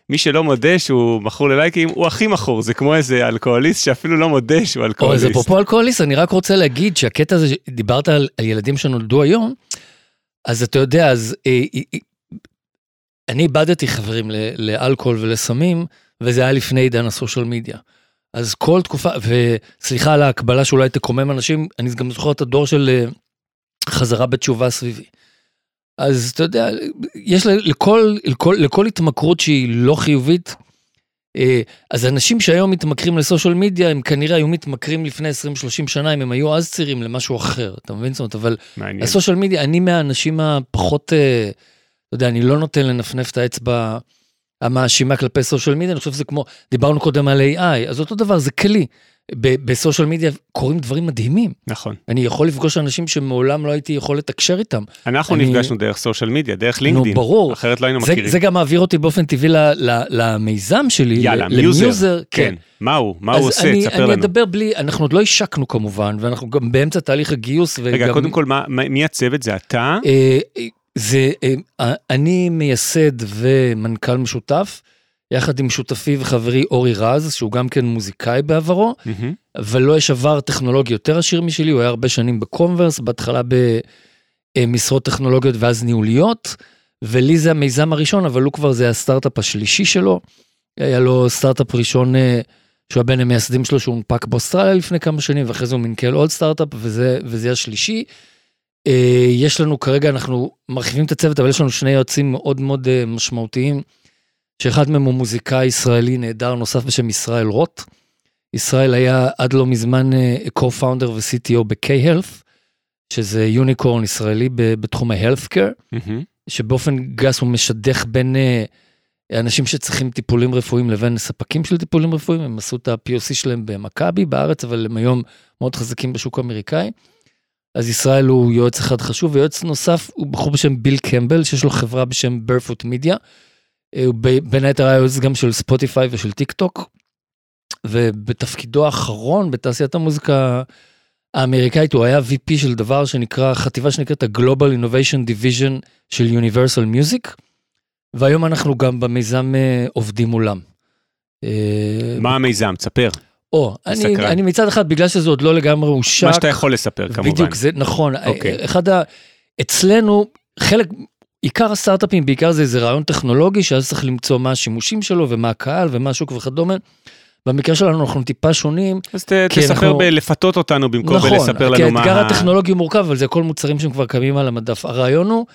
מי שלא מודה שהוא מכור ללייקים, הוא הכי מכור, זה כמו איזה אלכוהוליסט שאפילו לא מודה שהוא אלכוהוליסט. זה אפרופו אלכוהוליסט, אני רק רוצה להגיד שהקטע הזה, דיברת על ילדים שנולדו היום, אז אתה יודע, אז אני איבדתי חברים לאלכוהול ולסמים, וזה היה לפני עידן הסושיאל מדיה. אז כל תקופה, וסליחה על ההקבלה שאולי תקומם אנשים, אני גם זוכר את הדור של חזרה בתשובה סביבי. אז אתה יודע, יש לכל התמכרות שהיא לא חיובית, אז אנשים שהיום מתמכרים לסושיאל מדיה, הם כנראה היו מתמכרים לפני 20-30 שנה, אם הם היו אז צעירים למשהו אחר, אתה מבין? זאת אומרת, אבל הסושיאל מדיה, אני מהאנשים הפחות, אתה יודע, אני לא נותן לנפנף את האצבע המאשימה כלפי סושיאל מדיה, אני חושב שזה כמו, דיברנו קודם על AI, אז אותו דבר, זה כלי. בסושיאל מדיה קורים דברים מדהימים. נכון. אני יכול לפגוש אנשים שמעולם לא הייתי יכול לתקשר איתם. אנחנו נפגשנו דרך סושיאל מדיה, דרך לינקדין. נו, ברור. אחרת לא היינו מכירים. זה גם מעביר אותי באופן טבעי למיזם שלי. יאללה, מיוזר. כן. מה הוא עושה? תספר לנו. אני אדבר בלי, אנחנו עוד לא השקנו כמובן, ואנחנו גם באמצע תהליך הגיוס. רגע, קודם כל, מי הצוות? זה אתה? אני מייסד ומנכ"ל משותף, יחד עם שותפי וחברי אורי רז, שהוא גם כן מוזיקאי בעברו, אבל לא יש עבר טכנולוגי יותר עשיר משלי, הוא היה הרבה שנים בקומברס, בהתחלה במשרות טכנולוגיות ואז ניהוליות, ולי זה המיזם הראשון, אבל הוא כבר זה הסטארט-אפ השלישי שלו, היה לו סטארט-אפ ראשון, שהוא בין המייסדים שלו, שהוא מונפק באוסטרליה לפני כמה שנים, ואחרי זה הוא מנכ"ל עוד סטארט-אפ, וזה השלישי. יש לנו כרגע, אנחנו מרחיבים את הצוות, אבל יש לנו שני יועצים מאוד מאוד משמעותיים, שאחד מהם הוא מוזיקאי ישראלי נהדר נוסף בשם ישראל רוט. ישראל היה עד לא מזמן co-founder ו-CTO ב-K-Health, שזה יוניקורן ישראלי בתחום ה-Healthcare, שבאופן גס הוא משדך בין אנשים שצריכים טיפולים רפואיים לבין ספקים של טיפולים רפואיים, הם עשו את ה-POC שלהם במכבי בארץ, אבל הם היום מאוד חזקים בשוק האמריקאי. אז ישראל הוא יועץ אחד חשוב, ויועץ נוסף הוא בחור בשם ביל קמבל, שיש לו חברה בשם Barefoot Media, בין היתר היה יועץ גם של ספוטיפיי ושל טיק טוק, ובתפקידו האחרון בתעשיית המוזיקה האמריקאית, הוא היה VP של דבר שנקרא, חטיבה שנקראת ה-Global Innovation Division של Universal Music, והיום אנחנו גם במיזם עובדים מולם. מה המיזם? תספר. אני מצד אחד, בגלל שזה עוד לא לגמרי הושק. מה שאתה יכול לספר, כמובן. בדיוק, זה נכון. אצלנו, עיקר הסטארט-אפים, בעיקר זה רעיון טכנולוגי, שאז צריך למצוא מה השימושים שלו, ומה הקהל, ומה השוק וכדומה. במקרה שלנו אנחנו טיפה שונים. אז תספר בלפתות אותנו, במקום בלספר לנו מה... כי האתגר הטכנולוגי מורכב, אבל זה כל מוצרים שהם כבר קמים על המדף. הרעיון הוא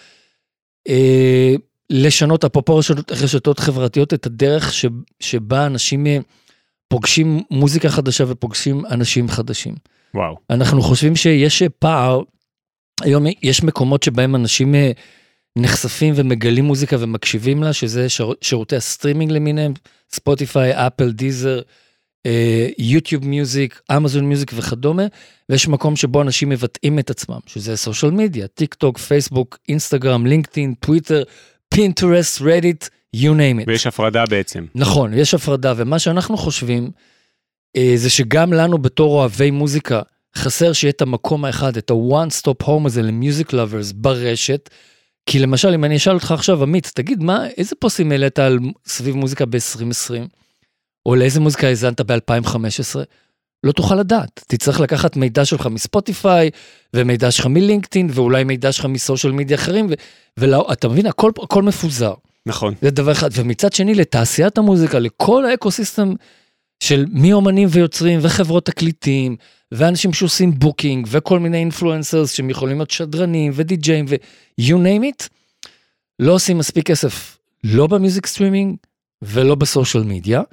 לשנות, אפרופו רשתות חברתיות, את הדרך שבה אנשים פוגשים מוזיקה חדשה ופוגשים אנשים חדשים. וואו. אנחנו חושבים שיש פער, היום יש מקומות שבהם אנשים נחשפים ומגלים מוזיקה ומקשיבים לה, שזה שירותי הסטרימינג למיניהם, ספוטיפיי, אפל, דיזר, יוטיוב מיוזיק, אמזון מיוזיק וכדומה, ויש מקום שבו אנשים מבטאים את עצמם, שזה סושיאל מדיה, טיק טוק, פייסבוק, אינסטגרם, לינקדאין, טוויטר, פינטרסט, רדיט, you name it. ויש הפרדה בעצם. נכון, יש הפרדה, ומה שאנחנו חושבים, זה שגם לנו בתור אוהבי מוזיקה, חסר שיהיה את המקום האחד, את ה-one stop home הזה למיוזיק lovers ברשת, כי למשל, אם אני אשאל אותך עכשיו, עמית, תגיד, איזה פוסטים העלית על סביב מוזיקה ב-2020, או לאיזה מוזיקה הזנת ב-2015, לא תוכל לדעת. תצטרך לקחת מידע שלך מספוטיפיי, ומידע שלך מלינקדאין, ואולי מידע שלך מסושיאל מדיה אחרים, ואתה מבין, הכל מפוזר. נכון. זה דבר אחד. ומצד שני, לתעשיית המוזיקה, לכל האקוסיסטם של מי אומנים ויוצרים, וחברות תקליטים, ואנשים שעושים בוקינג, וכל מיני אינפלואנסרס, שהם יכולים להיות שדרנים, ודי-ג'יים, ו-you name it, לא עושים מספיק כסף, לא במיוזיק סטרימינג, ולא בסושיאל מדיה,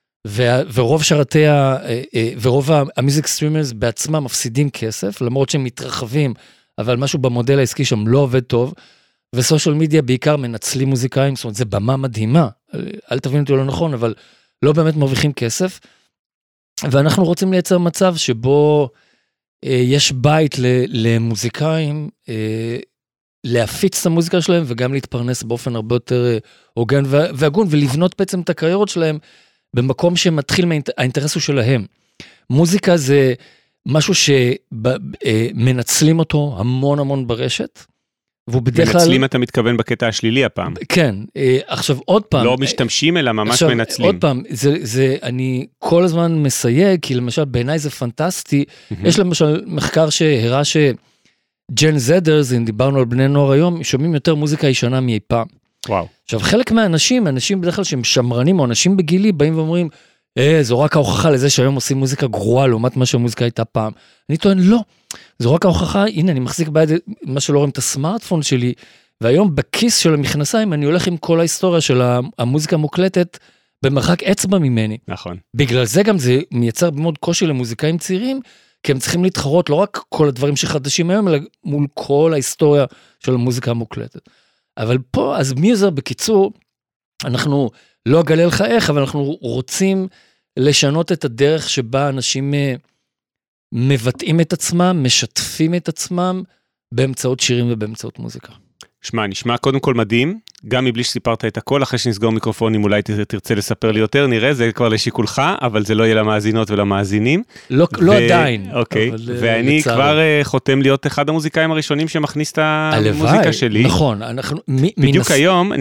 ורוב המיוזיק סטרימרס בעצמם מפסידים כסף, למרות שהם מתרחבים, אבל משהו במודל העסקי שם לא עובד טוב, וסושיאל מדיה בעיקר מנצלים מוזיקאים, זאת אומרת, זה במה מדהימה, אל תבינו אותי לא נכון, אבל לא באמת מרוויחים כסף, ואנחנו רוצים לייצר מצב שבו יש בית למוזיקאים, להפיץ את המוזיקה שלהם, וגם להתפרנס באופן הרבה יותר הוגן והגון, ולבנות בעצם את הקריירות שלהם, במקום שמתחיל האינטרס הוא שלהם. מוזיקה זה משהו שמנצלים אותו המון המון ברשת, והוא בדרך כלל... מנצלים אתה מתכוון בקטע השלילי הפעם. כן, עכשיו עוד פעם... לא משתמשים אלא ממש עכשיו, מנצלים. עוד פעם, אני כל הזמן מסייג, כי למשל בעיניי זה פנטסטי, יש למשל מחקר שהראה שג'ן זדרס, אם דיברנו על בני נוער היום, שומעים יותר מוזיקה ישנה מאי פעם. וואו. עכשיו חלק מהאנשים, אנשים בדרך כלל שהם שמרנים, או אנשים בגילי, באים ואומרים, זו רק ההוכחה לזה שהיום עושים מוזיקה גרועה, לעומת מה שהמוזיקה הייתה פעם. אני טוען, לא. זו רק ההוכחה, הנה, אני מחזיק ביד מה שלא רואים את הסמארטפון שלי, והיום בכיס של המכנסיים, אני הולך עם כל ההיסטוריה של המוזיקה המוקלטת, במרחק אצבע ממני. נכון. בגלל זה גם זה מייצר מאוד קושי למוזיקאים צעירים, כי הם צריכים להתחרות לא רק כל הדברים שחדשים היום, אלא מול כל ההיסטוריה של המוזיקה המוקלטת. אבל פה, אז מיוזר בקיצור, אנחנו לא אגלה לך איך, אבל אנחנו רוצים לשנות את הדרך שבה אנשים מבטאים את עצמם, משתפים את עצמם, באמצעות שירים ובאמצעות מוזיקה. שמע, נשמע קודם כל מדהים, גם מבלי שסיפרת את הכל, אחרי שנסגור מיקרופונים אולי תרצה לספר לי יותר, נראה, זה כבר לשיקולך, אבל זה לא יהיה למאזינות ולמאזינים. לא עדיין. אוקיי, ואני כבר חותם להיות אחד המוזיקאים הראשונים שמכניס את המוזיקה שלי. נכון, בדיוק היום,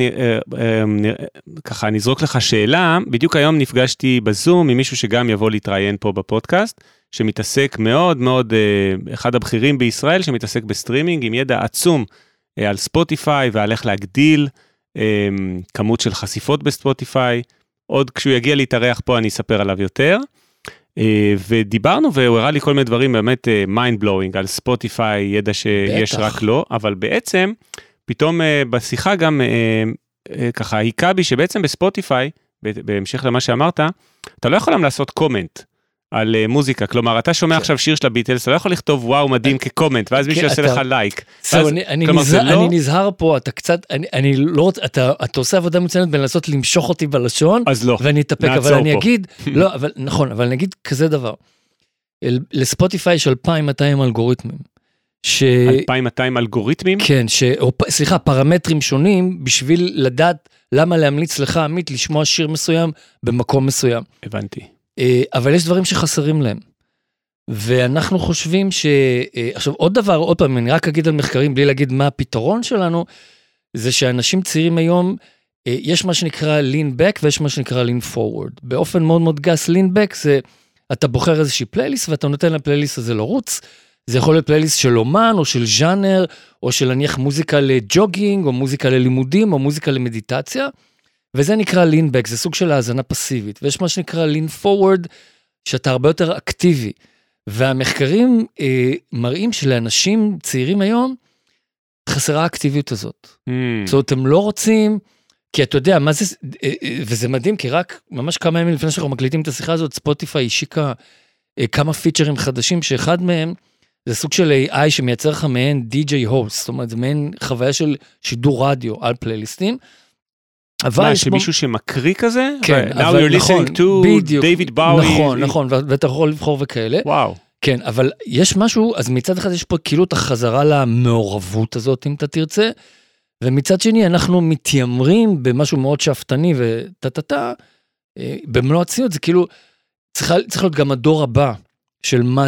ככה אני אזרוק לך שאלה, בדיוק היום נפגשתי בזום עם מישהו שגם יבוא להתראיין פה בפודקאסט, שמתעסק מאוד מאוד, אחד הבכירים בישראל, שמתעסק בסטרימינג, עם ידע עצום, על ספוטיפיי, ועל איך להגדיל כמות של חשיפות בספוטיפיי. עוד כשהוא יגיע להתארח פה אני אספר עליו יותר. ודיברנו והוא הראה לי כל מיני דברים באמת mind blowing על ספוטיפיי, ידע שיש רק לו, אבל בעצם פתאום בשיחה גם ככה היכה בי שבעצם בספוטיפיי, בהמשך למה שאמרת, אתה לא יכול לעשות קומנט. על מוזיקה, כלומר, אתה שומע עכשיו שיר של הביטלס, אתה לא יכול לכתוב וואו מדהים כקומנט, ואז מישהו יעשה לך לייק. אני נזהר פה, אתה קצת, אני לא רוצה, אתה עושה עבודה מצוינת בין לעשות למשוך אותי בלשון, אז לא, ואני אתאפק, אבל אני אגיד, לא, אבל נכון, אבל אני אגיד כזה דבר, לספוטיפיי יש 2,200 אלגוריתמים. 2,200 אלגוריתמים? כן, סליחה, פרמטרים שונים, בשביל לדעת למה להמליץ לך, עמית, לשמוע שיר מסוים במקום מסוים. הבנתי. אבל יש דברים שחסרים להם. ואנחנו חושבים עכשיו עוד דבר, עוד פעם, אני רק אגיד על מחקרים, בלי להגיד מה הפתרון שלנו, זה שאנשים צעירים היום, יש מה שנקרא lean back, ויש מה שנקרא lean forward. באופן מאוד מאוד גס, lean back זה, אתה בוחר איזושהי פלייליסט, ואתה נותן לפלייליסט הזה לרוץ, זה יכול להיות פלייליסט של אומן, או של ז'אנר, או של נניח מוזיקה לג'וגינג, או מוזיקה ללימודים, או מוזיקה למדיטציה, וזה נקרא lean back, זה סוג של האזנה פסיבית, ויש מה שנקרא lean forward, שאתה הרבה יותר אקטיבי, והמחקרים מראים שלאנשים צעירים היום, חסרה האקטיביות הזאת. זאת אומרת, הם לא רוצים, כי אתה יודע, מה זה, וזה מדהים, כי רק ממש כמה ימים לפני שאנחנו מקליטים את השיחה הזאת, ספוטיפיי השיקה כמה פיצ'רים חדשים, שאחד מהם, זה סוג של AI שמייצר לך מעין DJ host, זאת אומרת, זה מעין חוויה של שידור רדיו על פלייליסטים, מה, שמישהו שמקריא כזה? כן, אבל נכון, דיוויד באוי. נכון, ואתה יכול לבחור וכאלה. וואו. כן, אבל יש משהו, אז מצד אחד יש פה כאילו את החזרה למעורבות הזאת, אם אתה תרצה, ומצד שני אנחנו מתיימרים במשהו מאוד שאפתני וטטטה, במלוא הציות, זה כאילו, צריך להיות גם הדור הבא של מה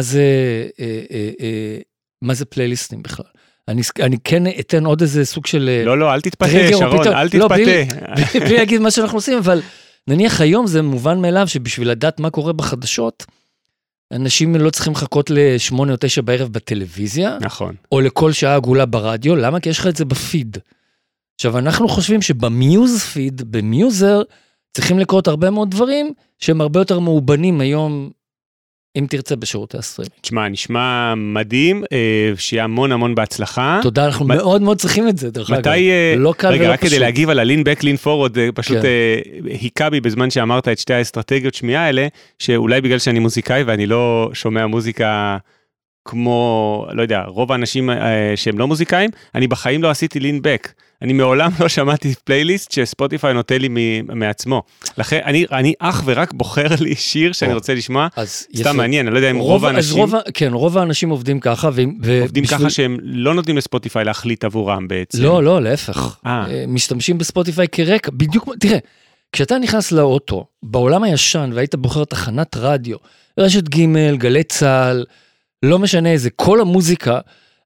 זה פלייליסטים בכלל. אני כן אתן עוד איזה סוג של... לא, אל תתפתה, שרון, אל תתפתה. בלי להגיד מה שאנחנו עושים, אבל נניח היום זה מובן מאליו שבשביל לדעת מה קורה בחדשות, אנשים לא צריכים לחכות ל8 או 9 בערב בטלוויזיה, נכון. או לכל שעה עגולה ברדיו, למה? כי יש לך את זה בפיד. עכשיו, אנחנו חושבים שבמיוז פיד, במיוזר, צריכים לקרות הרבה מאוד דברים, שהם הרבה יותר מאובנים היום, אם תרצה בשירותי הסטרימינג. תשמע, נשמע מדהים, שיהיה המון המון בהצלחה. תודה, אנחנו מאוד מאוד צריכים את זה, דרך אגב. לא קל ולא פשוט. רגע, רק כדי להגיב על ה-lean back, lean forward, פשוט היכה בי בזמן שאמרת את שתי האסטרטגיות שמיעה האלה, שאולי בגלל שאני מוזיקאי ואני לא שומע מוזיקה כמו, לא יודע, רוב האנשים שהם לא מוזיקאים, אני בחיים לא עשיתי lean back. אני מעולם לא שמעתי פלייליסט שספוטיפיי נותן לי מעצמו. לכן, אני אך ורק בוחר לי שיר שאני רוצה לשמוע. סתם מעניין, אני לא יודע אם רוב האנשים... כן, רוב האנשים עובדים ככה. עובדים ככה שהם לא נותנים לספוטיפיי להחליט עבורם בעצם. לא, להפך. משתמשים בספוטיפיי כרקע. בדיוק, תראה, כשאתה נכנס לאוטו, בעולם הישן, והיית בוחר תחנת רדיו, רשת ג', גלי צהל, לא משנה איזה, כל המוזיקה,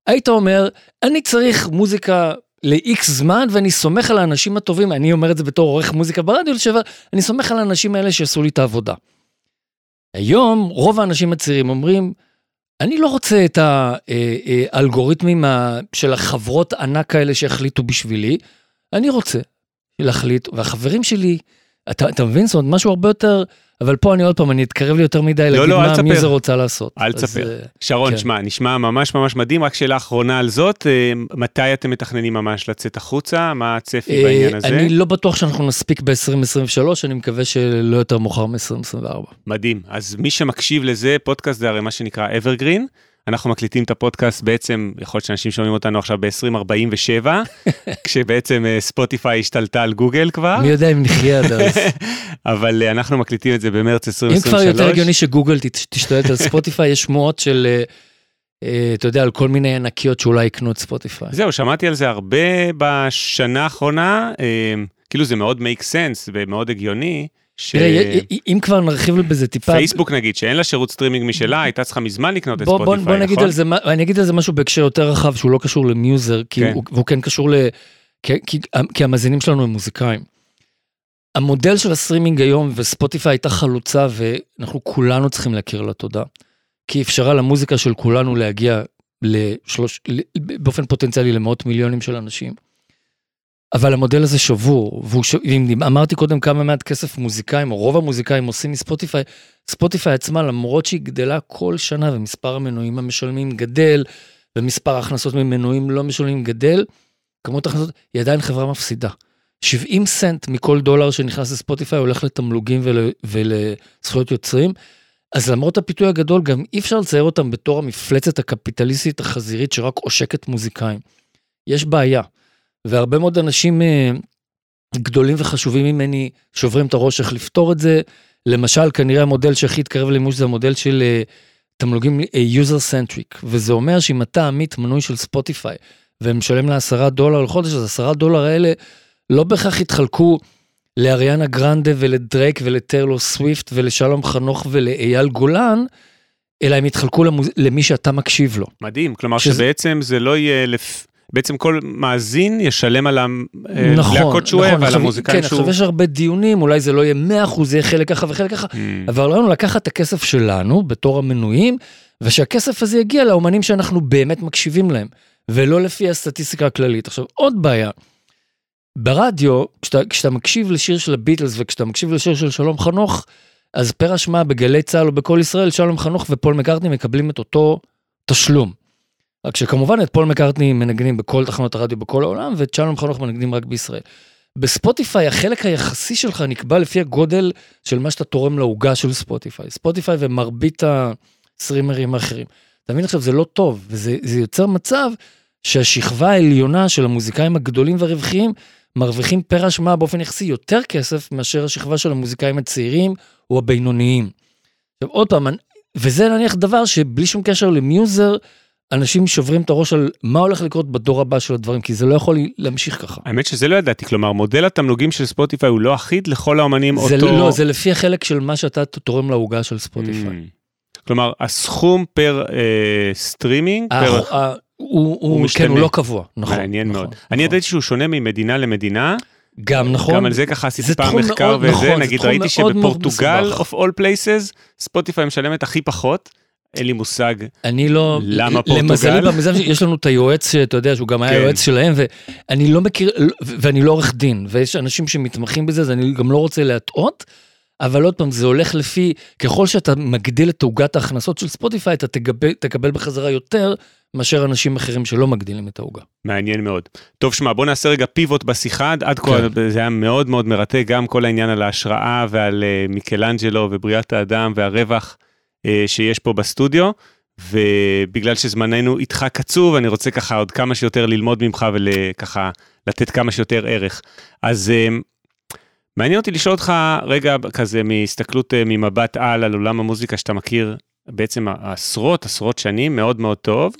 היית אומר, אני צריך מוזיקה ל-X זמן, ואני סומך על האנשים הטובים, אני אומר את זה בתור עורך מוזיקה ברדיו לשעבר, אני סומך על האנשים האלה שעשו לי את העבודה. היום, רוב האנשים הצעירים אומרים, אני לא רוצה את האלגוריתמים של החברות ענק האלה שהחליטו בשבילי, אני רוצה להחליט, והחברים שלי, אתה מבין, זאת אומרת, משהו הרבה יותר, אבל פה אני עוד פעם, אני אתקרב לי יותר מדי, להגיד מה מי זה רוצה לעשות. אל תספר. שרון, נשמע ממש ממש מדהים, רק שאלה אחרונה על זאת, מתי אתם מתכננים ממש לצאת החוצה? מה הצפי בעניין הזה? אני לא בטוח שאנחנו נספיק ב-2023, אני מקווה שלא יותר מאוחר מ-2024. מדהים. אז מי שמקשיב לזה, פודקאסט זה הרי מה שנקרא Evergreen, אנחנו מקליטים את הפודקאסט בעצם, יכול להיות שאנשים שומעים אותנו עכשיו ב-2047, כשבעצם ספוטיפיי השתלטה על גוגל כבר. מי יודע אם נחיה עד אז. אבל אנחנו מקליטים את זה במרץ 2023. אם כבר יותר הגיוני שגוגל תשתלט על ספוטיפיי, יש שמועות של, אתה יודע, על כל מיני ענקיות שאולי יקנו את ספוטיפיי. זהו, שמעתי על זה הרבה בשנה האחרונה, כאילו זה מאוד make sense ומאוד הגיוני, תראה, אם כבר נרחיב בזה טיפה... פייסבוק נגיד, שאין לה שירות סטרימינג משלה, הייתה צריכה מזמן לקנות את ספוטיפיי, בוא נגיד על זה, אני אגיד על זה משהו בהקשר יותר רחב, שהוא לא קשור למיוזר, והוא כן קשור כי המאזינים שלנו הם מוזיקאים. המודל של הסטרימינג היום, וספוטיפיי הייתה חלוצה, ואנחנו כולנו צריכים להכיר לה תודה, כי אפשרה למוזיקה של כולנו להגיע באופן פוטנציאלי למאות מיליונים של אנשים. אבל המודל הזה שבור, אמרתי קודם כמה מעט כסף מוזיקאים, או רוב המוזיקאים עושים מספוטיפיי, ספוטיפיי עצמה, למרות שהיא גדלה כל שנה, ומספר המנויים המשלמים גדל, ומספר ההכנסות ממנויים לא משלמים גדל, כמות ההכנסות היא עדיין חברה מפסידה. 70 סנט מכל דולר שנכנס לספוטיפיי, הולך לתמלוגים ולזכויות יוצרים, אז למרות הפיתוי הגדול, גם אי אפשר לצייר אותם בתור המפלצת הקפיטליסטית החזירית, שרק עושקת מוזיקאים. יש בעיה. והרבה מאוד אנשים גדולים וחשובים ממני שוברים את הראש איך לפתור את זה. למשל, כנראה המודל שהכי התקרב למימוש זה המודל של תמלוגים user-centric, וזה אומר שאם אתה עמית מנוי של ספוטיפיי, ומשלם לה $10 לחודש, אז $10 האלה לא בהכרח התחלקו לאריאנה גרנדה ולדרייק ולטרלו סוויפט ולשלום חנוך ולאייל גולן, אלא הם התחלקו למי שאתה מקשיב לו. מדהים, כלומר שבעצם זה לא יהיה בעצם כל מאזין ישלם על להקות שהוא אוהב, על המוזיקאים שהוא... כן, עכשיו יש הרבה דיונים, אולי זה לא יהיה 100%, זה יהיה חלק ככה וחלק ככה, אבל רצינו לקחת את הכסף שלנו, בתור המנויים, ושהכסף הזה יגיע לאומנים שאנחנו באמת מקשיבים להם, ולא לפי הסטטיסטיקה הכללית. עכשיו, עוד בעיה, ברדיו, כשאתה מקשיב לשיר של הביטלס, וכשאתה מקשיב לשיר של שלום חנוך, אז פר השמע בגלי צהל או בכל ישראל, שלום חנוך ופול מקרטני מקבלים את אותו תשלום. רק שכמובן את פול מקרטני מנגנים בכל תחנות הרדיו בכל העולם, ואת שלום חנוך מנגנים רק בישראל. בספוטיפיי, החלק היחסי שלך נקבע לפי הגודל של מה שאתה תורם לעוגה של ספוטיפיי. ספוטיפיי ומרבית הסטרימרים האחרים. אתה מבין עכשיו, זה לא טוב, וזה יוצר מצב שהשכבה העליונה של המוזיקאים הגדולים והרווחיים, מרוויחים פר השמעה באופן יחסי יותר כסף, מאשר השכבה של המוזיקאים הצעירים או הבינוניים. עכשיו עוד פעם, וזה נניח דבר שבלי שום קשר למיוזר, אנשים שוברים את הראש על מה הולך לקרות בדור הבא של הדברים, כי זה לא יכול להמשיך ככה. האמת שזה לא ידעתי, כלומר, מודל התמלוגים של ספוטיפיי הוא לא אחיד לכל האומנים אותו... לא, זה לפי החלק של מה שאתה תורם לעוגה של ספוטיפיי. כלומר, הסכום פר סטרימינג, הוא לא קבוע. מעניין מאוד. אני ידעתי שהוא שונה ממדינה למדינה, גם נכון. גם על זה ככה עשיתי פעם מחקר וזה, נגיד ראיתי שבפורטוגל, of all places, ספוטיפיי משלמת הכי פחות, אין לי מושג למה פורטוגל. למזלי במיזם יש לנו את היועץ, שאתה יודע, שהוא גם היה יועץ שלהם, ואני לא מכיר, ואני לא עורך דין, ויש אנשים שמתמחים בזה, אז אני גם לא רוצה להטעות, אבל עוד פעם, זה הולך לפי, ככל שאתה מגדיל את עוגת ההכנסות של ספוטיפיי, אתה תקבל בחזרה יותר, מאשר אנשים אחרים שלא מגדילים את העוגה. מעניין מאוד. טוב, שמע, בוא נעשה רגע פיבוט בשיחה, עד כה זה היה מאוד מאוד מרתק, גם כל העניין על ההשראה ועל מיקלאנג'לו ובריאת האדם והרווח שיש פה בסטודיו, ובגלל שזמננו איתך קצוב, אני רוצה ככה עוד כמה שיותר ללמוד ממך וככה לתת כמה שיותר ערך. אז מעניין אותי לשאול אותך רגע כזה מהסתכלות ממבט על עולם המוזיקה שאתה מכיר בעצם עשרות שנים, מאוד מאוד טוב.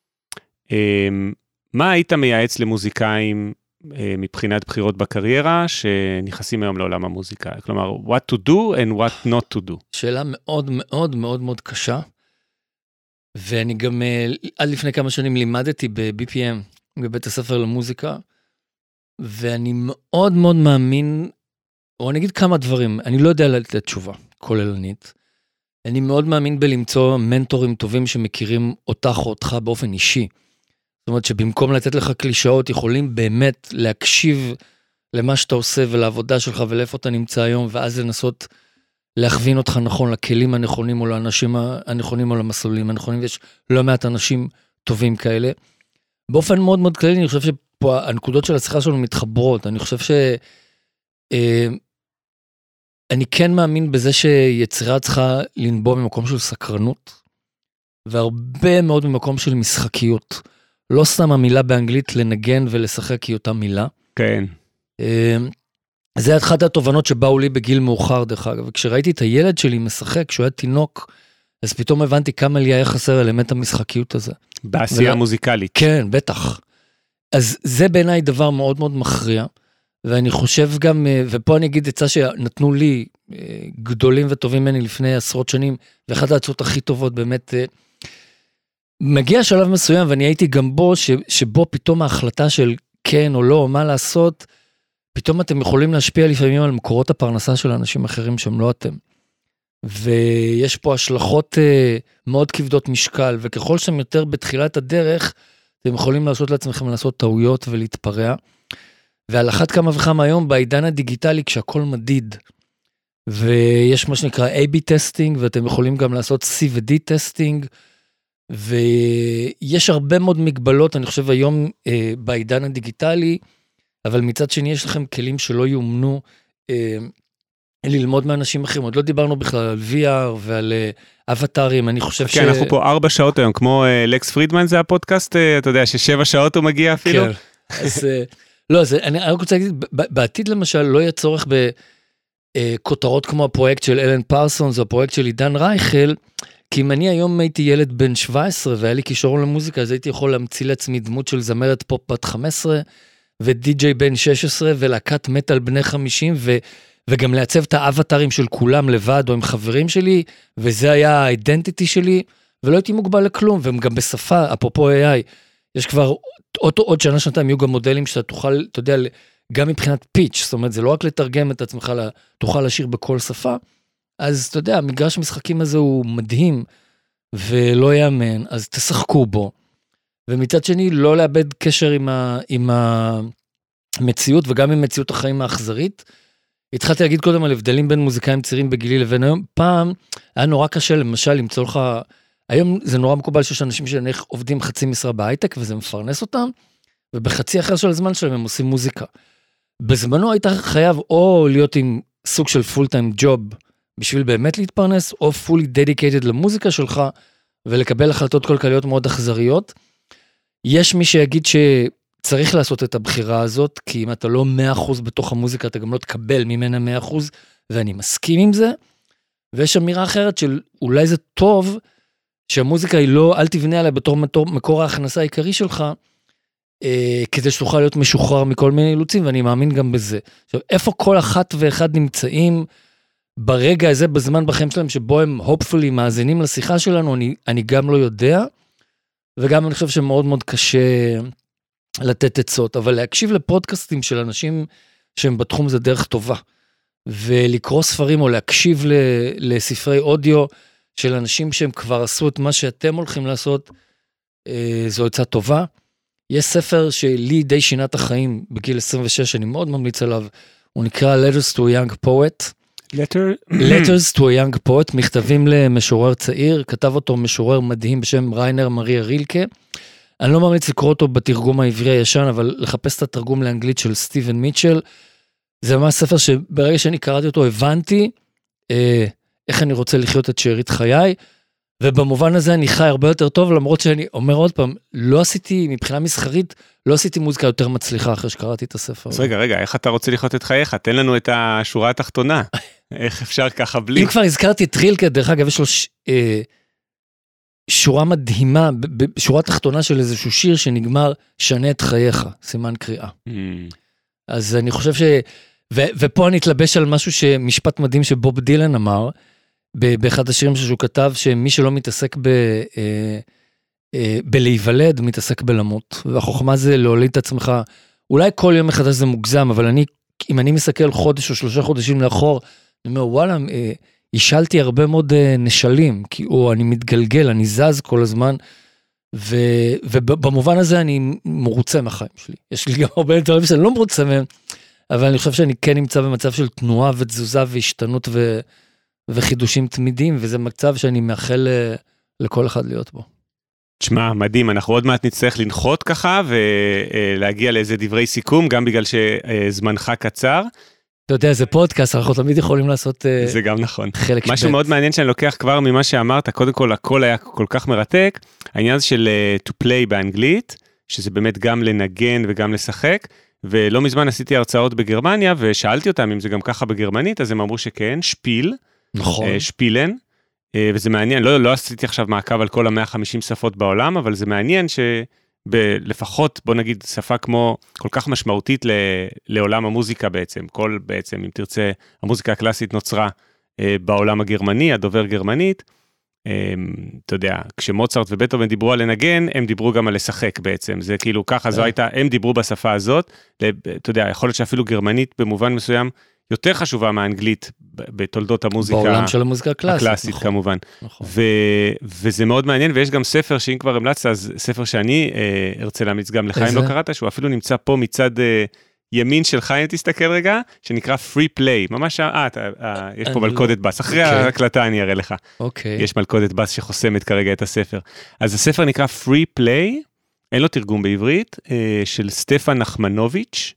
מה היית מייעץ למוזיקאים מבחינת בחירות בקריירה שנכנסים היום לעולם המוזיקה? כלומר, what to do and what not to do. שאלה מאוד מאוד מאוד מאוד קשה. ואני גם עד לפני כמה שנים לימדתי ב-BPM, בבית הספר למוזיקה, ואני מאוד מאוד מאמין, או אני אגיד כמה דברים, אני לא יודע לתת תשובה כוללנית, אני מאוד מאמין בלמצוא מנטורים טובים שמכירים אותך או אותך באופן אישי. זאת אומרת שבמקום לתת לך קלישאות, יכולים באמת להקשיב למה שאתה עושה ולעבודה שלך ולאיפה אתה נמצא היום, ואז לנסות להכווין אותך נכון לכלים הנכונים או לאנשים הנכונים או למסלולים הנכונים, ויש לא מעט אנשים טובים כאלה. באופן מאוד מאוד כללי, אני חושב שפה הנקודות של השיחה שלנו מתחברות. אני חושב אני כן מאמין בזה שיצירה צריכה לנבוא ממקום של סקרנות, והרבה מאוד ממקום של משחקיות. לא סתם המילה באנגלית לנגן ולשחק היא אותה מילה. כן. זה אחת התובנות שבאו לי בגיל מאוחר, דרך אגב. וכשראיתי את הילד שלי משחק, כשהוא היה תינוק, אז פתאום הבנתי כמה לי היה חסר אלמנט המשחקיות הזה. בעשייה מוזיקלית. כן, בטח. אז זה בעיניי דבר מאוד מאוד מכריע, ואני חושב גם, ופה אני אגיד עצה שנתנו לי, גדולים וטובים ממני לפני עשרות שנים, ואחת העצות הכי טובות באמת, מגיע שלב מסוים, ואני הייתי גם בו, שבו פתאום ההחלטה של כן או לא, או מה לעשות, פתאום אתם יכולים להשפיע לפעמים על מקורות הפרנסה של אנשים אחרים שהם לא אתם. ויש פה השלכות מאוד כבדות משקל, וככל שאתם יותר בתחילת הדרך, אתם יכולים לעשות לעצמכם לעשות טעויות ולהתפרע. ועל אחת כמה וכמה היום, בעידן הדיגיטלי, כשהכל מדיד, ויש מה שנקרא A-B טסטינג, ואתם יכולים גם לעשות C ו-D טסטינג, ויש הרבה מאוד מגבלות, אני חושב היום בעידן הדיגיטלי, אבל מצד שני יש לכם כלים שלא יאומנו ללמוד מאנשים אחרים. עוד לא דיברנו בכלל על VR ועל אבטרים, אני חושב כן, אנחנו פה 4 שעות היום, כמו לקס פרידמן זה הפודקאסט, אתה יודע ש7 שעות הוא מגיע אפילו. כן, אז לא, אז אני רק רוצה להגיד, בעתיד למשל לא יהיה צורך בכותרות כמו הפרויקט של אלן פרסונס, או הפרויקט של עידן רייכל, כי אם אני היום הייתי ילד בן 17, והיה לי כישרון למוזיקה, אז הייתי יכול להמציא לעצמי דמות של זמרת פופ בת 15, ודי-ג'יי בן 16, ולהקת מטל בני 50, וגם לעצב את האבטרים של כולם לבד, או עם חברים שלי, וזה היה האידנטיטי שלי, ולא הייתי מוגבל לכלום, וגם בשפה, אפרופו AI, יש כבר עוד שנה, שנתיים, יהיו גם מודלים שאתה תוכל, אתה יודע, גם מבחינת פיץ', זאת אומרת, זה לא רק לתרגם את עצמך, תוכל לשיר בכל שפה, אז אתה יודע, המגרש המשחקים הזה הוא מדהים, ולא יאמן, אז תשחקו בו, ומצד שני, לא לאבד קשר עם המציאות, וגם עם מציאות החיים האכזרית. התחלתי להגיד קודם על הבדלים בין מוזיקאים צעירים בגילי לבין היום, פעם היה נורא קשה, למשל, למצוא לך, היום זה נורא מקובל שיש אנשים שנניח עובדים חצי משרה בהייטק, וזה מפרנס אותם, ובחצי אחר של הזמן שלהם הם עושים מוזיקה. בזמנו היית חייב או להיות עם סוג של פול טיים ג'וב, בשביל באמת להתפרנס, או fully dedicated למוזיקה שלך, ולקבל החלטות כלכליות מאוד אכזריות. יש מי שיגיד שצריך לעשות את הבחירה הזאת, כי אם אתה לא 100% בתוך המוזיקה, אתה גם לא תקבל ממנה 100%, ואני מסכים עם זה. ויש אמירה אחרת של אולי זה טוב, שהמוזיקה היא לא, אל תבנה עליה בתור מקור ההכנסה העיקרי שלך, כדי שתוכל להיות משוחרר מכל מיני אילוצים, ואני מאמין גם בזה. עכשיו, איפה כל אחת ואחד נמצאים ברגע הזה, בזמן בחיים שלהם, שבו הם hopefully מאזינים לשיחה שלנו, אני גם לא יודע, וגם אני חושב שמאוד מאוד קשה לתת עצות, אבל להקשיב לפודקאסטים של אנשים שהם בתחום זה דרך טובה, ולקרוא ספרים או להקשיב לספרי אודיו של אנשים שהם כבר עשו את מה שאתם הולכים לעשות, זו עצה טובה. יש ספר שלי די שינה את החיים בגיל 26, אני מאוד ממליץ עליו, הוא נקרא Letters to a Young Poet. Letters to a Young Poet, מכתבים למשורר צעיר, כתב אותו משורר מדהים בשם ריינר מריה רילקה. אני לא ממליץ לקרוא אותו בתרגום העברי הישן, אבל לחפש את התרגום לאנגלית של סטיבן מיטשל. זה ממש ספר שברגע שאני קראתי אותו הבנתי איך אני רוצה לחיות את שארית חיי, ובמובן הזה אני חי הרבה יותר טוב, למרות שאני אומר עוד פעם, לא עשיתי, מבחינה מסחרית, לא עשיתי מוזיקה יותר מצליחה אחרי שקראתי את הספר. אז רגע, איך אתה רוצה לחיות את חייך? תן לנו את השורה התחתונה. איך אפשר ככה בלי? אם כבר הזכרתי את רילקה, דרך אגב, יש לו שורה מדהימה, בשורה תחתונה של איזשהו שיר שנגמר, שנה את חייך, סימן קריאה. אז אני חושב ופה אני אתלבש על משהו שמשפט מדהים שבוב דילן אמר, באחד השירים שהוא כתב, שמי שלא מתעסק בלהיוולד, מתעסק בלמות. והחוכמה זה להוליד את עצמך, אולי כל יום מחדש זה מוגזם, אבל אם אני מסתכל חודש או 3 חודשים לאחור, אני אומר, וואלה, השלתי הרבה מאוד נשלים, או אני מתגלגל, אני זז כל הזמן, ובמובן הזה אני מרוצה מהחיים שלי. יש לי גם הרבה דברים שאני לא מרוצה מהם, אבל אני חושב שאני כן נמצא במצב של תנועה ותזוזה והשתנות וחידושים תמידים, וזה מצב שאני מאחל לכל אחד להיות בו. תשמע, מדהים, אנחנו עוד מעט נצטרך לנחות ככה, ולהגיע לאיזה דברי סיכום, גם בגלל שזמנך קצר. אתה יודע, זה פודקאסט, אנחנו תמיד יכולים לעשות זה גם נכון. חלק משהו מאוד מעניין שאני לוקח כבר ממה שאמרת, קודם כל הכל היה כל כך מרתק, העניין הזה של to play באנגלית, שזה באמת גם לנגן וגם לשחק, ולא מזמן עשיתי הרצאות בגרמניה, ושאלתי אותם אם זה גם ככה בגרמנית, אז הם אמרו שכן, שפיל, נכון. שפילן, וזה מעניין, לא עשיתי עכשיו מעקב על כל ה-150 שפות בעולם, אבל זה מעניין לפחות, בוא נגיד, שפה כמו כל כך משמעותית לעולם המוזיקה בעצם, בעצם, אם תרצה, המוזיקה הקלאסית נוצרה בעולם הגרמני, הדובר גרמנית, אתה יודע, כשמוצרט ובטהובן דיברו על לנגן, הם דיברו גם על לשחק בעצם, זה כאילו ככה, זו הייתה, הם דיברו בשפה הזאת, אתה יודע, יכול להיות שאפילו גרמנית במובן מסוים, יותר חשובה מהאנגלית בתולדות המוזיקה. בעולם של המוזיקה הקלאסית. הקלאסית נכון. כמובן. נכון. וזה מאוד מעניין, ויש גם ספר שאם כבר המלצת, אז ספר שאני ארצה להמליץ גם לך, אם לא קראת, שהוא אפילו נמצא פה מצד ימין שלך, אם תסתכל רגע, שנקרא Free Play. ממש, יש פה מלכודת בס. אחרי ההקלטה אני אראה לך. יש מלכודת בס שחוסמת כרגע את הספר. אז הספר נקרא Free Play, אין לו תרגום בעברית, של סטפן נחמנוביץ',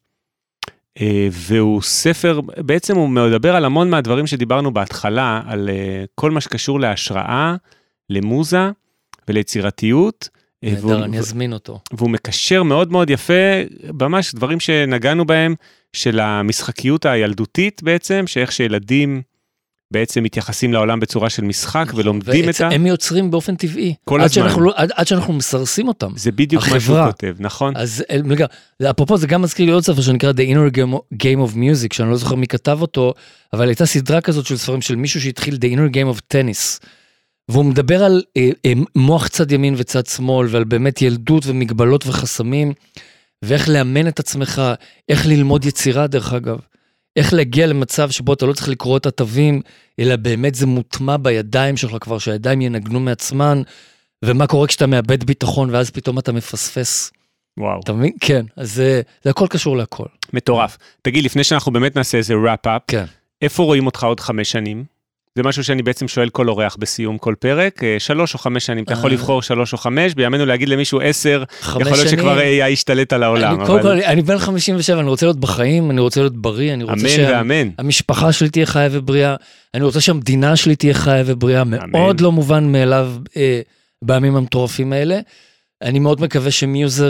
והוא ספר, בעצם הוא מדבר על המון מהדברים שדיברנו בהתחלה, על כל מה שקשור להשראה, למוזה וליצירתיות. אני אזמין אותו. והוא מקשר מאוד מאוד יפה, ממש דברים שנגענו בהם, של המשחקיות הילדותית בעצם, שאיך שילדים בעצם מתייחסים לעולם בצורה של משחק, ולומדים את הם יוצרים באופן טבעי. כל הזמן. עד שאנחנו מסרסים אותם. זה בדיוק מה שהוא כותב, נכון? אז אפרופו זה גם מזכיר לי עוד ספר שנקרא The Inner Game of Music, שאני לא זוכר מי כתב אותו, אבל הייתה סדרה כזאת של ספרים של מישהו שהתחיל The Inner Game of Tennis, והוא מדבר על מוח צד ימין וצד שמאל, ועל באמת ילדות ומגבלות וחסמים, ואיך לאמן את עצמך, איך ללמוד יצירה דרך אגב. איך להגיע למצב שבו אתה לא צריך לקרוא את התווים, אלא באמת זה מוטמע בידיים שלך כבר, שהידיים ינגנו מעצמן, ומה קורה כשאתה מאבד ביטחון, ואז פתאום אתה מפספס. וואו. אתה מבין? כן, אז זה הכל קשור להכל. מטורף. תגיד, לפני שאנחנו באמת נעשה איזה wrap-up, כן. איפה רואים אותך עוד 5 שנים? זה משהו שאני בעצם שואל כל אורח בסיום כל פרק, 3 או 5 שנים, אתה יכול לבחור 3 או 5, בימינו להגיד למישהו 10, יכול להיות שכבר ישתלט על העולם. אני בן 57, אני רוצה להיות בחיים, אני רוצה להיות בריא, אני רוצה שהמשפחה שלי תהיה חיה ובריאה, אני רוצה שהמדינה שלי תהיה חיה ובריאה, מאוד לא מובן מאליו בימים המטורפים האלה. אני מאוד מקווה שמיוזר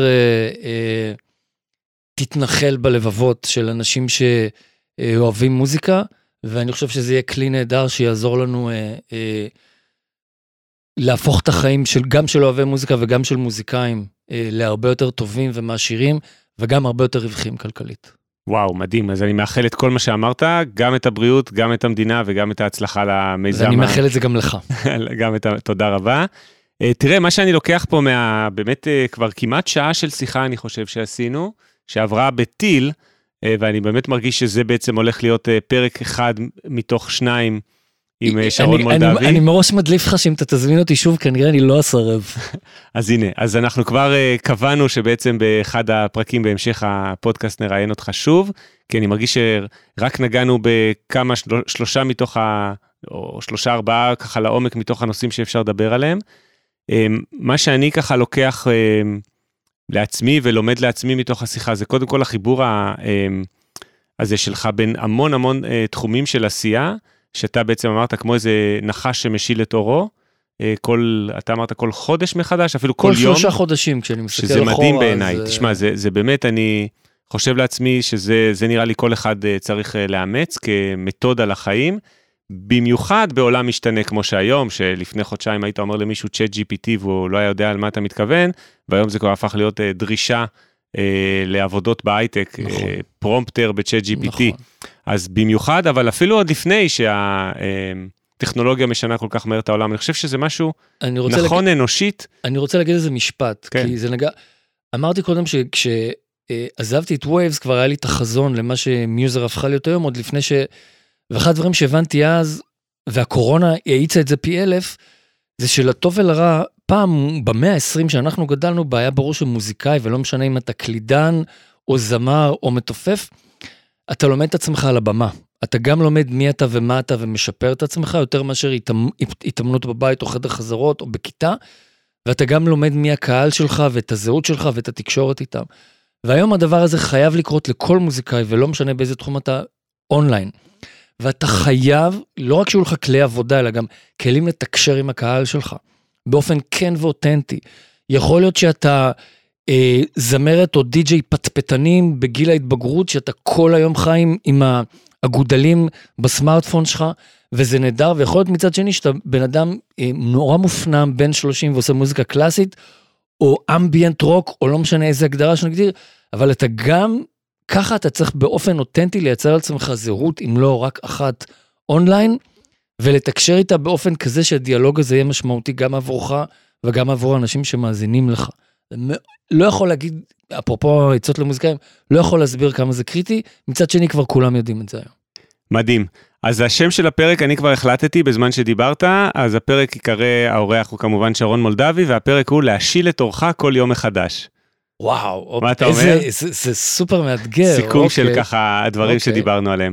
תתנחל בלבבות של אנשים שאוהבים מוזיקה, ואני חושב שזה יהיה כלי נהדר שיעזור לנו להפוך את החיים גם של אוהבי מוזיקה וגם של מוזיקאים להרבה יותר טובים ומעשירים, וגם הרבה יותר רווחים כלכלית. וואו, מדהים. אז אני מאחל את כל מה שאמרת, גם את הבריאות, גם את המדינה וגם את ההצלחה למיזם. ואני מאחל את זה גם לך. תודה רבה. תראה, מה שאני לוקח פה באמת כבר כמעט שעה של שיחה, אני חושב שעשינו, שעברה בטיל, ואני באמת מרגיש שזה בעצם הולך להיות פרק 1 מתוך 2 עם שרון מולדבי. אני מראש מדליף לך שאם אתה תזמין אותי שוב, כנראה אני לא אסרב. אז הנה, אז אנחנו כבר קבענו שבעצם באחד הפרקים בהמשך הפודקאסט נראיין אותך שוב, כי אני מרגיש שרק נגענו בכמה 3 מתוך או 3-4 ככה לעומק מתוך הנושאים שאפשר לדבר עליהם. מה שאני ככה לוקח לעצמי ולומד לעצמי מתוך השיחה, זה קודם כל החיבור הזה שלך בין המון המון תחומים של עשייה, שאתה בעצם אמרת כמו איזה נחש שמשיל את אורו, אתה אמרת כל חודש מחדש, אפילו כל יום. כל 3 חודשים כשאני מסתכל שזה אחורה. מדהים בעיניי, תשמע, זה באמת, אני חושב לעצמי שזה נראה לי כל אחד צריך לאמץ כמתודה לחיים, במיוחד בעולם משתנה כמו שהיום, שלפני חודשיים היית אומר למישהו צ'אט GPT, והוא לא היה יודע על מה אתה מתכוון, והיום זה כבר הפך להיות דרישה לעבודות בהייטק, נכון. פרומפטר בצ'אט GPT. נכון. אז במיוחד, אבל אפילו עוד לפני טכנולוגיה משנה כל כך מהר את העולם, אני חושב שזה משהו נכון אנושית. אני רוצה להגיד איזה משפט, כי זה נגע, אמרתי קודם שכשעזבתי את Waves, כבר היה לי את החזון למה שמיוזר הפכה להיות היום, עוד לפני ואחד הדברים שהבנתי אז, והקורונה האיצה את זה פי 1000, זה שלטוב ולרע, פעם במאה ה-20 שאנחנו גדלנו בה, היה ברור שמוזיקאי, ולא משנה אם אתה קלידן, או זמר, או מתופף, אתה לומד את עצמך על הבמה. אתה גם לומד מי אתה ומה אתה, ומשפר את עצמך, יותר מאשר התאמנות בבית, או חדר חזרות, או בכיתה, ואתה גם לומד מי הקהל שלך, ואת הזהות שלך, ואת התקשורת איתם. והיום הדבר הזה חייב לקרות לכל מוזיקאי, ולא משנה באיזה תחום אתה אונליין. ואתה חייב, לא רק שיהיו לך כלי עבודה, אלא גם כלים לתקשר עם הקהל שלך, באופן כן ואותנטי. יכול להיות שאתה זמרת או די-ג'יי פטפטנים בגיל ההתבגרות, שאתה כל היום חיים עם הגודלים בסמארטפון שלך, וזה נהדר, ויכול להיות מצד שני שאתה בן אדם נורא מופנם, בן 30 ועושה מוזיקה קלאסית, או אמביאנט רוק, או לא משנה איזה הגדרה שנגדיר, אבל אתה גם, ככה אתה צריך באופן אותנטי לייצר על עצמך זהות, אם לא רק אחת אונליין, ולתקשר איתה באופן כזה שהדיאלוג הזה יהיה משמעותי גם עבורך, וגם עבור האנשים שמאזינים לך. לא יכול להגיד, אפרופו עצות למוזיקאים, לא יכול להסביר כמה זה קריטי, מצד שני כבר כולם יודעים את זה היום. מדהים. אז השם של הפרק אני כבר החלטתי בזמן שדיברת, אז הפרק יקרא, האורח הוא כמובן שרון מולדבי, והפרק הוא להשיל את אורך כל יום מחדש. וואו, מה אתה אומר? זה סופר מאתגר. סיכום של ככה הדברים שדיברנו עליהם.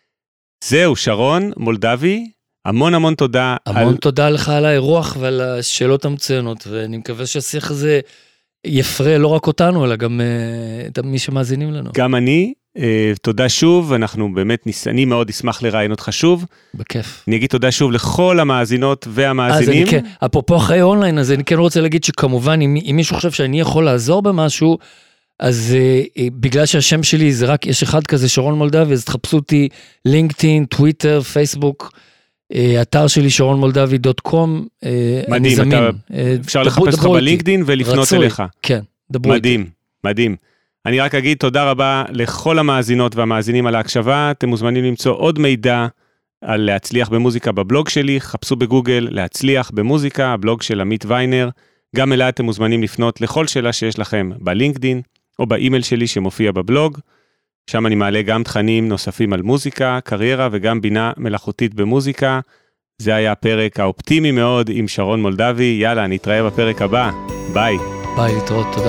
זהו, שרון מולדבי, המון תודה. תודה לך על האירוח ועל השאלות המצוינות, ואני מקווה שהשיח הזה יפרה לא רק אותנו, אלא גם את מי שמאזינים לנו. גם אני, תודה שוב, אנחנו באמת אני מאוד אשמח לראיין אותך שוב. בכיף. אני אגיד תודה שוב לכל המאזינות והמאזינים. אפרופו אחרי אונליין, אז אני כן רוצה להגיד שכמובן, אם מישהו חושב שאני יכול לעזור במשהו, אז בגלל שהשם שלי זה רק, יש אחד כזה, שרון מולדבי, אז תחפשו אותי, לינקדאין, טוויטר, פייסבוק, אתר שלי שרונמולדבי.com, מדהים, אפשר לחפש לך בלינקדאין ולפנות אליך. כן, דברו איתי. מדהים. אני רק אגיד תודה רבה לכל המאזינות והמאזינים על ההקשבה, אתם מוזמנים למצוא עוד מידע על להצליח במוזיקה בבלוג שלי, חפשו בגוגל להצליח במוזיקה, הבלוג של עמית ויינר, גם אליי אתם מוזמנים לפנות לכל שאלה שיש לכם בלינקדאין, או באימייל שלי שמופיע בבלוג, שם אני מעלה גם תכנים נוספים על מוזיקה, קריירה וגם בינה מלאכותית במוזיקה. זה היה הפרק האופטימי מאוד עם שרון מולדבי. יאללה, נתראה בפרק הבא. ביי. ביי, להתראות, תודה.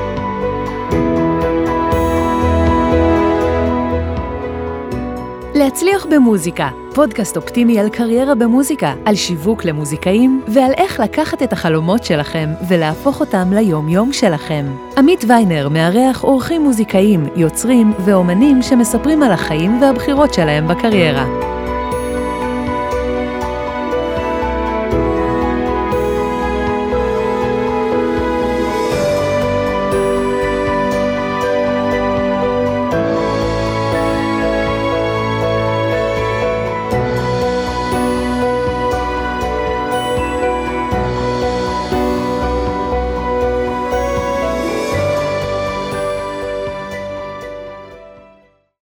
להצליח במוזיקה, פודקאסט אופטימי על קריירה במוזיקה, על שיווק למוזיקאים ועל איך לקחת את החלומות שלכם ולהפוך אותם ליום-יום שלכם. עמית ויינר מארח אורחים מוזיקאים, יוצרים ואומנים שמספרים על החיים והבחירות שלהם בקריירה.